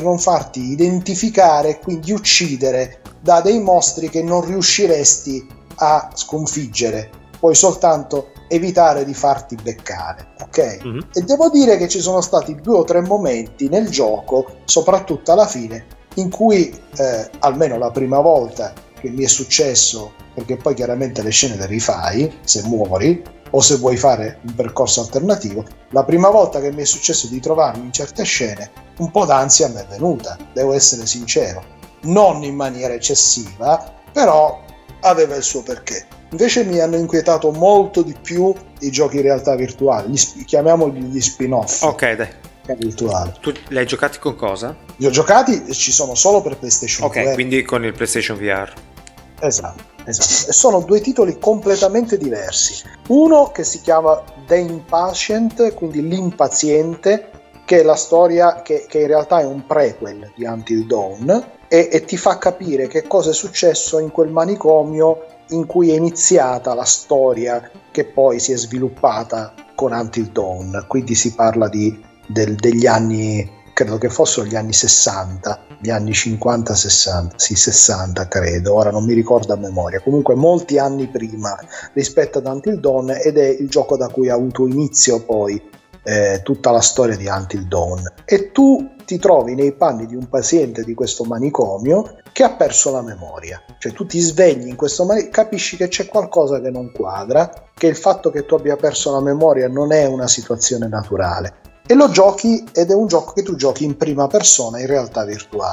identificare, quindi uccidere da dei mostri che non riusciresti a sconfiggere, puoi soltanto evitare di farti beccare, ok? Mm-hmm. E devo dire che ci sono stati 2 o 3 momenti nel gioco, soprattutto alla fine, in cui almeno la prima volta che mi è successo, perché poi chiaramente le scene le rifai se muori o se vuoi fare un percorso alternativo, la prima volta che mi è successo di trovarmi in certe scene, un po' d'ansia mi è venuta, devo essere sincero, non in maniera eccessiva, però aveva il suo perché. Invece mi hanno inquietato molto di più i giochi in realtà virtuale, chiamiamoli gli spin-off. Ok, dai. Virtuale. Tu li hai giocati con cosa? Li ho giocati, ci sono solo per PlayStation 2. Ok, quindi con il PlayStation VR. Esatto. E sono 2 titoli completamente diversi. Uno che si chiama The Impatient, quindi l'impaziente, che è la storia che in realtà è un prequel di Until Dawn, e ti fa capire che cosa è successo in quel manicomio in cui è iniziata la storia che poi si è sviluppata con Until Dawn. Quindi si parla degli anni, credo che fossero gli anni 60, gli anni 50-60, sì 60 credo, ora non mi ricordo a memoria, comunque molti anni prima rispetto ad Until Dawn, ed è il gioco da cui ha avuto inizio poi tutta la storia di Until Dawn. E tu ti trovi nei panni di un paziente di questo manicomio che ha perso la memoria, cioè tu ti svegli in questo capisci che c'è qualcosa che non quadra, che il fatto che tu abbia perso la memoria non è una situazione naturale, e lo giochi, ed è un gioco che tu giochi in prima persona in realtà virtuale.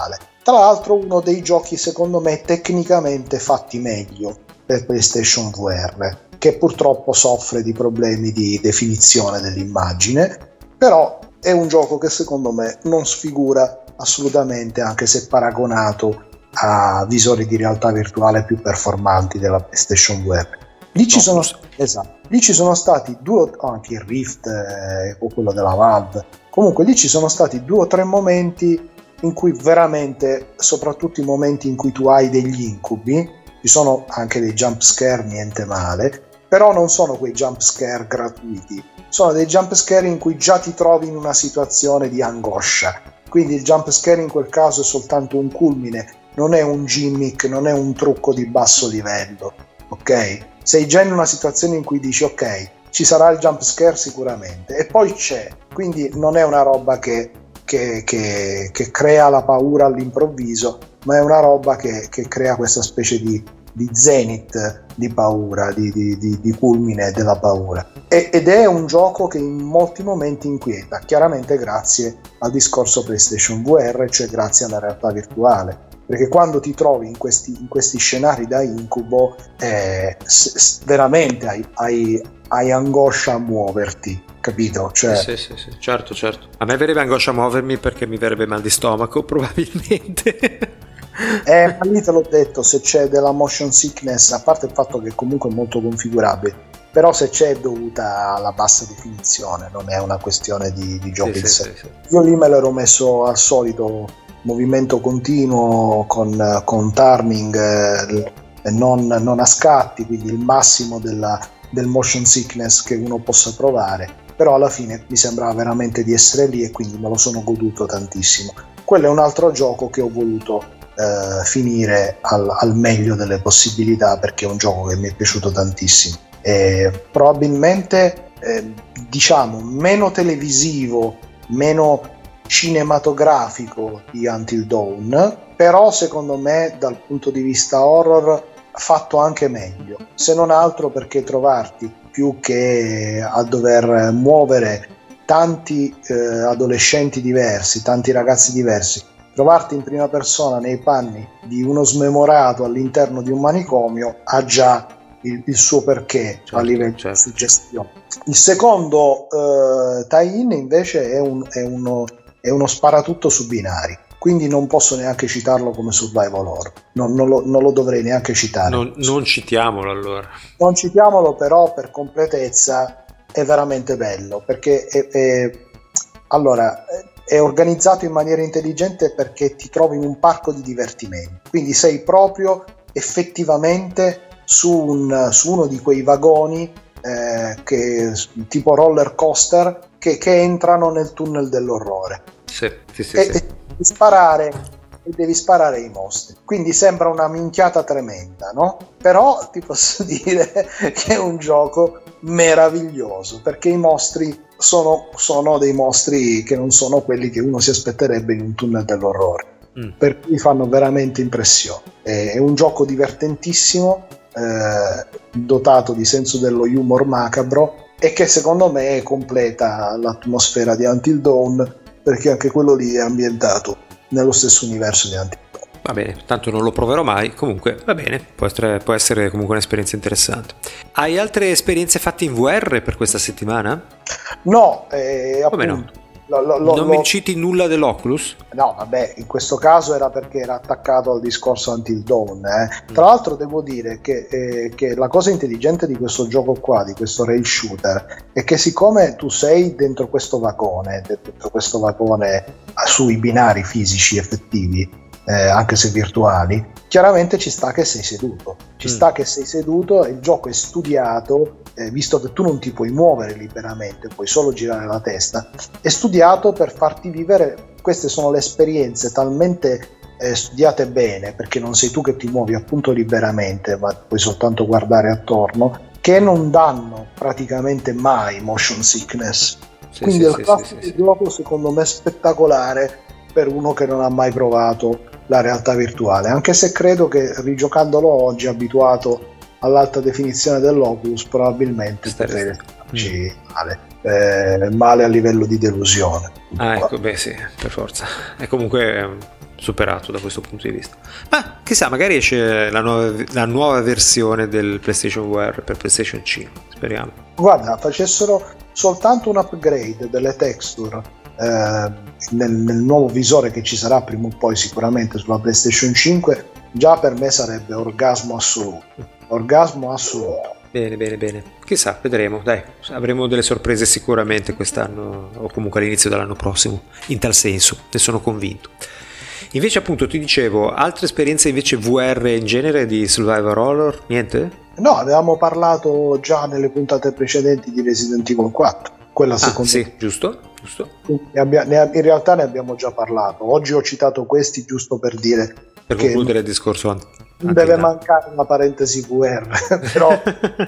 Tra l'altro uno dei giochi secondo me tecnicamente fatti meglio per PlayStation VR, che purtroppo soffre di problemi di definizione dell'immagine, però è un gioco che secondo me non sfigura assolutamente, anche se paragonato a visori di realtà virtuale più performanti della PlayStation VR. Lì ci sono stati anche il Rift o quello della Valve. Comunque lì ci sono stati 2 o 3 momenti in cui veramente, soprattutto i momenti in cui tu hai degli incubi, ci sono anche dei jump scare, niente male, però non sono quei jump scare gratuiti, sono dei jump scare in cui già ti trovi in una situazione di angoscia, quindi il jump scare in quel caso è soltanto un culmine, non è un gimmick, non è un trucco di basso livello, ok? Sei già in una situazione in cui dici ok, ci sarà il jump scare sicuramente, e poi c'è, quindi non è una roba che crea la paura all'improvviso, ma è una roba che crea questa specie di zenith di paura, di culmine della paura, ed è un gioco che in molti momenti inquieta, chiaramente grazie al discorso PlayStation VR, cioè grazie alla realtà virtuale, perché quando ti trovi in questi scenari da incubo veramente hai angoscia a muoverti, capito? Cioè, sì, certo. A me verrebbe angoscia a muovermi perché mi verrebbe mal di stomaco probabilmente. Ma lì te l'ho detto, se c'è della motion sickness, a parte il fatto che comunque è molto configurabile, però se c'è è dovuta alla bassa definizione, non è una questione di gioco in sé. Io lì me l'ero messo al solito movimento continuo con timing non a scatti, quindi il massimo del motion sickness che uno possa provare, però alla fine mi sembrava veramente di essere lì e quindi me lo sono goduto tantissimo. Quello è un altro gioco che ho voluto finire al meglio delle possibilità, perché è un gioco che mi è piaciuto tantissimo, probabilmente diciamo meno televisivo, meno cinematografico di Until Dawn, però secondo me dal punto di vista horror fatto anche meglio, se non altro perché trovarti, più che a dover muovere tanti adolescenti diversi, tanti ragazzi diversi, trovarti in prima persona nei panni di uno smemorato all'interno di un manicomio ha già il suo perché, certo, a livello di suggestione. Il secondo tie-in invece è uno sparatutto su binari, quindi non posso neanche citarlo come survival horror, non lo dovrei neanche citare. Non citiamolo allora. Non citiamolo, però per completezza è veramente bello, perché è organizzato in maniera intelligente, perché ti trovi in un parco di divertimenti, quindi sei proprio effettivamente su uno di quei vagoni che tipo roller coaster che entrano nel tunnel dell'orrore. Sì. E devi sparare ai mostri, quindi sembra una minchiata tremenda, no? Però ti posso dire che è un gioco meraviglioso, perché i mostri sono dei mostri che non sono quelli che uno si aspetterebbe in un tunnel dell'orrore, per cui fanno veramente impressione. È un gioco divertentissimo, dotato di senso dello humor macabro, e che secondo me completa l'atmosfera di Until Dawn, perché anche quello lì è ambientato nello stesso universo di Until Dawn. Va bene, tanto non lo proverò mai, comunque va bene, può essere comunque un'esperienza interessante. Hai altre esperienze fatte in VR per questa settimana? No, come appunto. No? Non mi citi nulla dell'Oculus? No, vabbè, in questo caso era perché era attaccato al discorso Until Dawn. Tra l'altro devo dire che la cosa intelligente di questo gioco qua, di questo rail shooter, è che siccome tu sei dentro questo vagone sui binari fisici effettivi, anche se virtuali, chiaramente ci sta che sei seduto. E il gioco è studiato, visto che tu non ti puoi muovere liberamente, puoi solo girare la testa, è studiato per farti vivere. Queste sono le esperienze talmente studiate bene, perché non sei tu che ti muovi appunto liberamente, ma puoi soltanto guardare attorno, che non danno praticamente mai motion sickness. Quindi è il classico gioco secondo me spettacolare per uno che non ha mai provato la realtà virtuale, anche se credo che rigiocandolo oggi, abituato all'alta definizione dell'Oculus, probabilmente potrei starci male a livello di delusione. Ecco, beh sì, per forza. E comunque superato da questo punto di vista. Ma chissà, magari esce la nuova versione del PlayStation VR per PlayStation 5, speriamo. Guarda, facessero soltanto un upgrade delle texture nel nuovo visore che ci sarà prima o poi sicuramente sulla PlayStation 5, già per me sarebbe orgasmo assoluto. Bene, chissà, vedremo, dai, avremo delle sorprese sicuramente quest'anno o comunque all'inizio dell'anno prossimo, in tal senso, ne sono convinto. Invece appunto ti dicevo, altre esperienze invece VR in genere di survival horror, niente? No, avevamo parlato già nelle puntate precedenti di Resident Evil 4, quella seconda. Sì, giusto. In realtà ne abbiamo già parlato, oggi ho citato questi giusto per dire per concludere il discorso deve mancare una parentesi VR però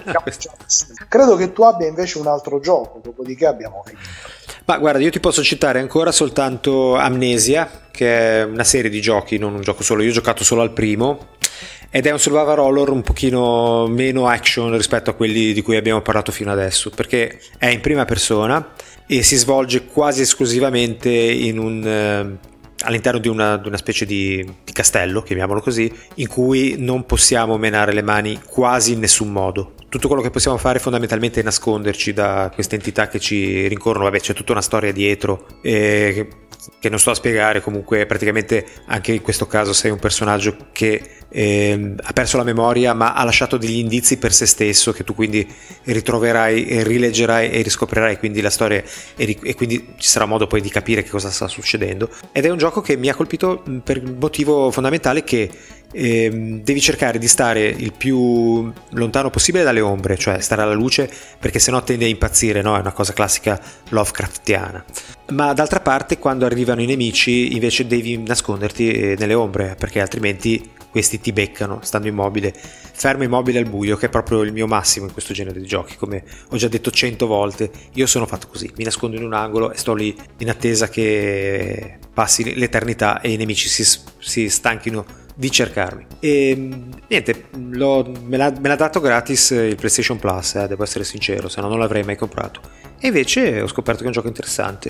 credo che tu abbia invece un altro gioco, dopodiché abbiamo finito. Ma guarda, io ti posso citare ancora soltanto Amnesia, che è una serie di giochi, non un gioco solo. Io ho giocato solo al primo ed è un survival horror un pochino meno action rispetto a quelli di cui abbiamo parlato fino adesso, perché è in prima persona e si svolge quasi esclusivamente all'interno di una specie di castello, chiamiamolo così, in cui non possiamo menare le mani quasi in nessun modo. Tutto quello che possiamo fare fondamentalmente è nasconderci da queste entità che ci rincorrono. Vabbè, c'è tutta una storia dietro che non sto a spiegare. Comunque praticamente anche in questo caso sei un personaggio che ha perso la memoria ma ha lasciato degli indizi per se stesso che tu quindi ritroverai e rileggerai e riscoprirai quindi la storia e quindi ci sarà modo poi di capire che cosa sta succedendo. Ed è un gioco che mi ha colpito per il motivo fondamentale che devi cercare di stare il più lontano possibile dalle ombre, cioè stare alla luce, perché sennò tendi a impazzire, no? È una cosa classica Lovecraftiana. Ma d'altra parte quando arrivano i nemici invece devi nasconderti nelle ombre, perché altrimenti questi ti beccano stando fermo immobile al buio, che è proprio il mio massimo in questo genere di giochi. Come ho già detto 100 volte, io sono fatto così, mi nascondo in un angolo e sto lì in attesa che passi l'eternità e i nemici si stanchino di cercarmi. E niente, me l'ha dato gratis il PlayStation Plus, devo essere sincero, se no non l'avrei mai comprato. E invece ho scoperto che è un gioco interessante.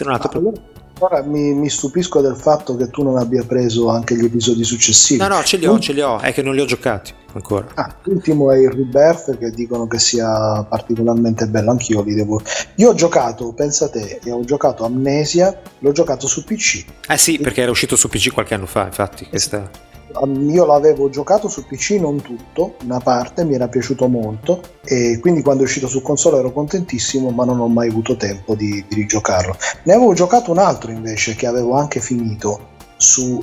Ora mi stupisco del fatto che tu non abbia preso anche gli episodi successivi. No, ce li ho, è che non li ho giocati ancora. L'ultimo è il Rebirth, che dicono che sia particolarmente bello, anch'io li devo. Io ho giocato, pensa te, ho giocato Amnesia, l'ho giocato su PC. Sì, perché era uscito su PC qualche anno fa, infatti. Io l'avevo giocato su PC, non tutto, una parte, mi era piaciuto molto e quindi quando è uscito su console ero contentissimo, ma non ho mai avuto tempo di rigiocarlo. Ne avevo giocato un altro invece che avevo anche finito su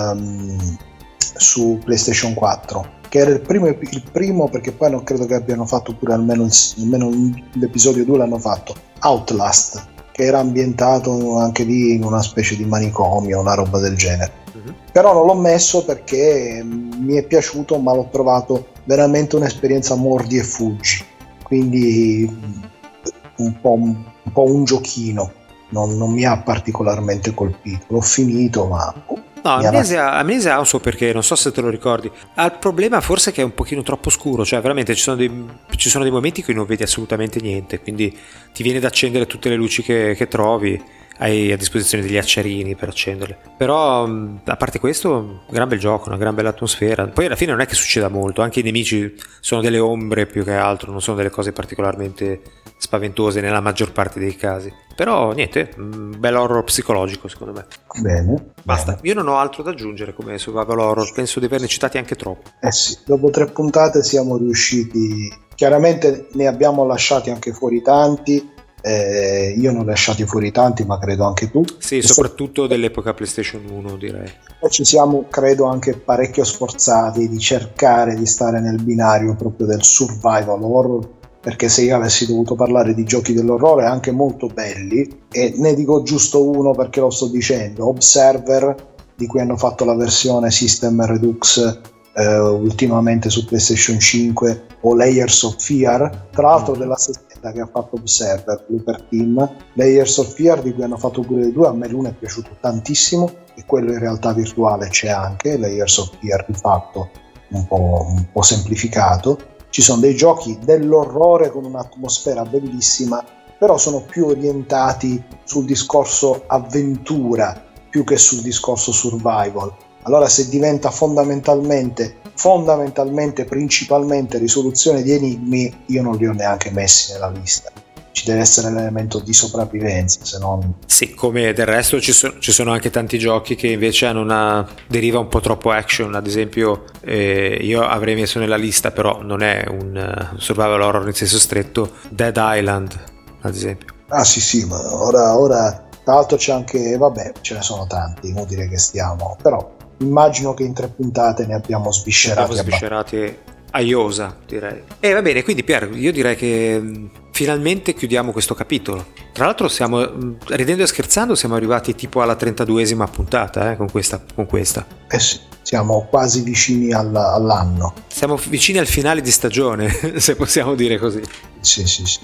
PlayStation 4, che era il primo perché poi non credo che abbiano fatto pure almeno l'episodio 2 l'hanno fatto, Outlast, che era ambientato anche lì in una specie di manicomio, una roba del genere. Però non l'ho messo perché mi è piaciuto, ma l'ho trovato veramente un'esperienza mordi e fuggi, quindi un po' un giochino, non mi ha particolarmente colpito. L'ho finito, ma no, Amnesia ha un suo perché, non so se te lo ricordi. Ha il problema forse che è un pochino troppo scuro, cioè veramente ci sono dei momenti in cui non vedi assolutamente niente, quindi ti viene da accendere tutte le luci che trovi. Hai a disposizione degli acciarini per accenderle, però a parte questo, gran bel gioco, una gran bella atmosfera. Poi alla fine non è che succeda molto, anche i nemici sono delle ombre più che altro, non sono delle cose particolarmente spaventose nella maggior parte dei casi. Però niente, un bel horror psicologico secondo me. Bene, basta. Io non ho altro da aggiungere come survival horror, penso di averne citati anche troppo. Sì, dopo 3 puntate siamo riusciti, chiaramente ne abbiamo lasciati anche fuori tanti. Io ne ho lasciati fuori tanti, ma credo anche tu. Sì, soprattutto dell'epoca PlayStation 1, direi. Ci siamo, credo, anche parecchio sforzati di cercare di stare nel binario proprio del survival horror, perché se io avessi dovuto parlare di giochi dell'orrore anche molto belli, e ne dico giusto uno perché lo sto dicendo, Observer, di cui hanno fatto la versione System Redux ultimamente su PlayStation 5, o Layers of Fear, tra l'altro della stessa che ha fatto Observer, Looper Team. Layers of Fear, di cui hanno fatto pure le 2, a me l'uno è piaciuto tantissimo, e quello in realtà virtuale c'è anche, Layers of Fear di fatto un po' semplificato. Ci sono dei giochi dell'orrore con un'atmosfera bellissima, però sono più orientati sul discorso avventura più che sul discorso survival. Allora se diventa fondamentalmente, principalmente risoluzione di enigmi, io non li ho neanche messi nella lista. Ci deve essere l'elemento di sopravvivenza, se non... Sì, come del resto ci sono anche tanti giochi che invece hanno una deriva un po' troppo action. Ad esempio io avrei messo nella lista, però non è un survival horror nel senso stretto, Dead Island ad esempio. Ah sì, ma ora tra l'altro c'è anche, vabbè, ce ne sono tanti, inutile che stiamo, però immagino che in 3 puntate ne abbiamo sviscerati a iosa, direi. E va bene, quindi Pier, io direi che finalmente chiudiamo questo capitolo. Tra l'altro stiamo, ridendo e scherzando, siamo arrivati tipo alla 32esima puntata con questa. Eh sì, siamo quasi vicini all'anno. Siamo vicini al finale di stagione, se possiamo dire così. Sì.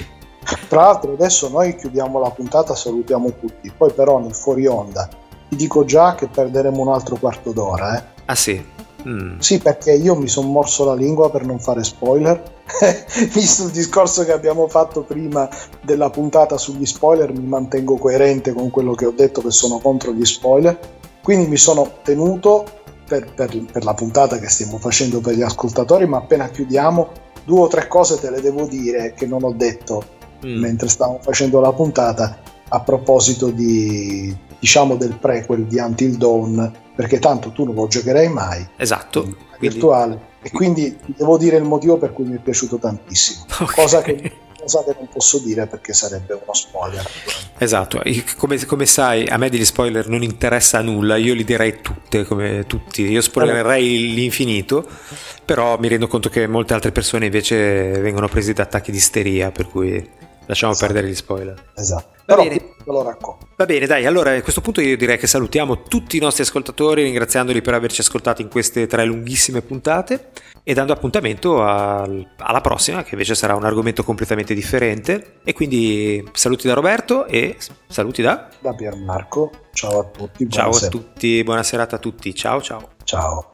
Tra l'altro adesso noi chiudiamo la puntata, salutiamo tutti, poi però nel fuori onda ti dico già che perderemo un altro quarto d'ora. Ah sì? Sì, perché io mi sono morso la lingua per non fare spoiler. Visto il discorso che abbiamo fatto prima della puntata sugli spoiler, mi mantengo coerente con quello che ho detto, che sono contro gli spoiler, quindi mi sono tenuto per la puntata che stiamo facendo per gli ascoltatori, ma appena chiudiamo 2 o 3 cose te le devo dire che non ho detto mentre stavamo facendo la puntata, a proposito diciamo del prequel di Until Dawn, perché tanto tu non lo giocherai mai. Esatto. Virtuale. E quindi devo dire il motivo per cui mi è piaciuto tantissimo. Okay. Cosa che non posso dire perché sarebbe uno spoiler. Esatto, come sai, a me degli spoiler non interessa nulla, io li direi come tutti, io spoilerei l'infinito, però mi rendo conto che molte altre persone invece vengono presi da attacchi di isteria, per cui lasciamo perdere gli spoiler. Esatto. Però lo racconto. Va bene, dai, allora a questo punto io direi che salutiamo tutti i nostri ascoltatori, ringraziandoli per averci ascoltati in queste 3 lunghissime puntate e dando appuntamento alla prossima, che invece sarà un argomento completamente differente. E quindi saluti da Roberto e saluti da Piermarco. Ciao a tutti. Ciao a tutti, buona serata a tutti. Ciao. Ciao.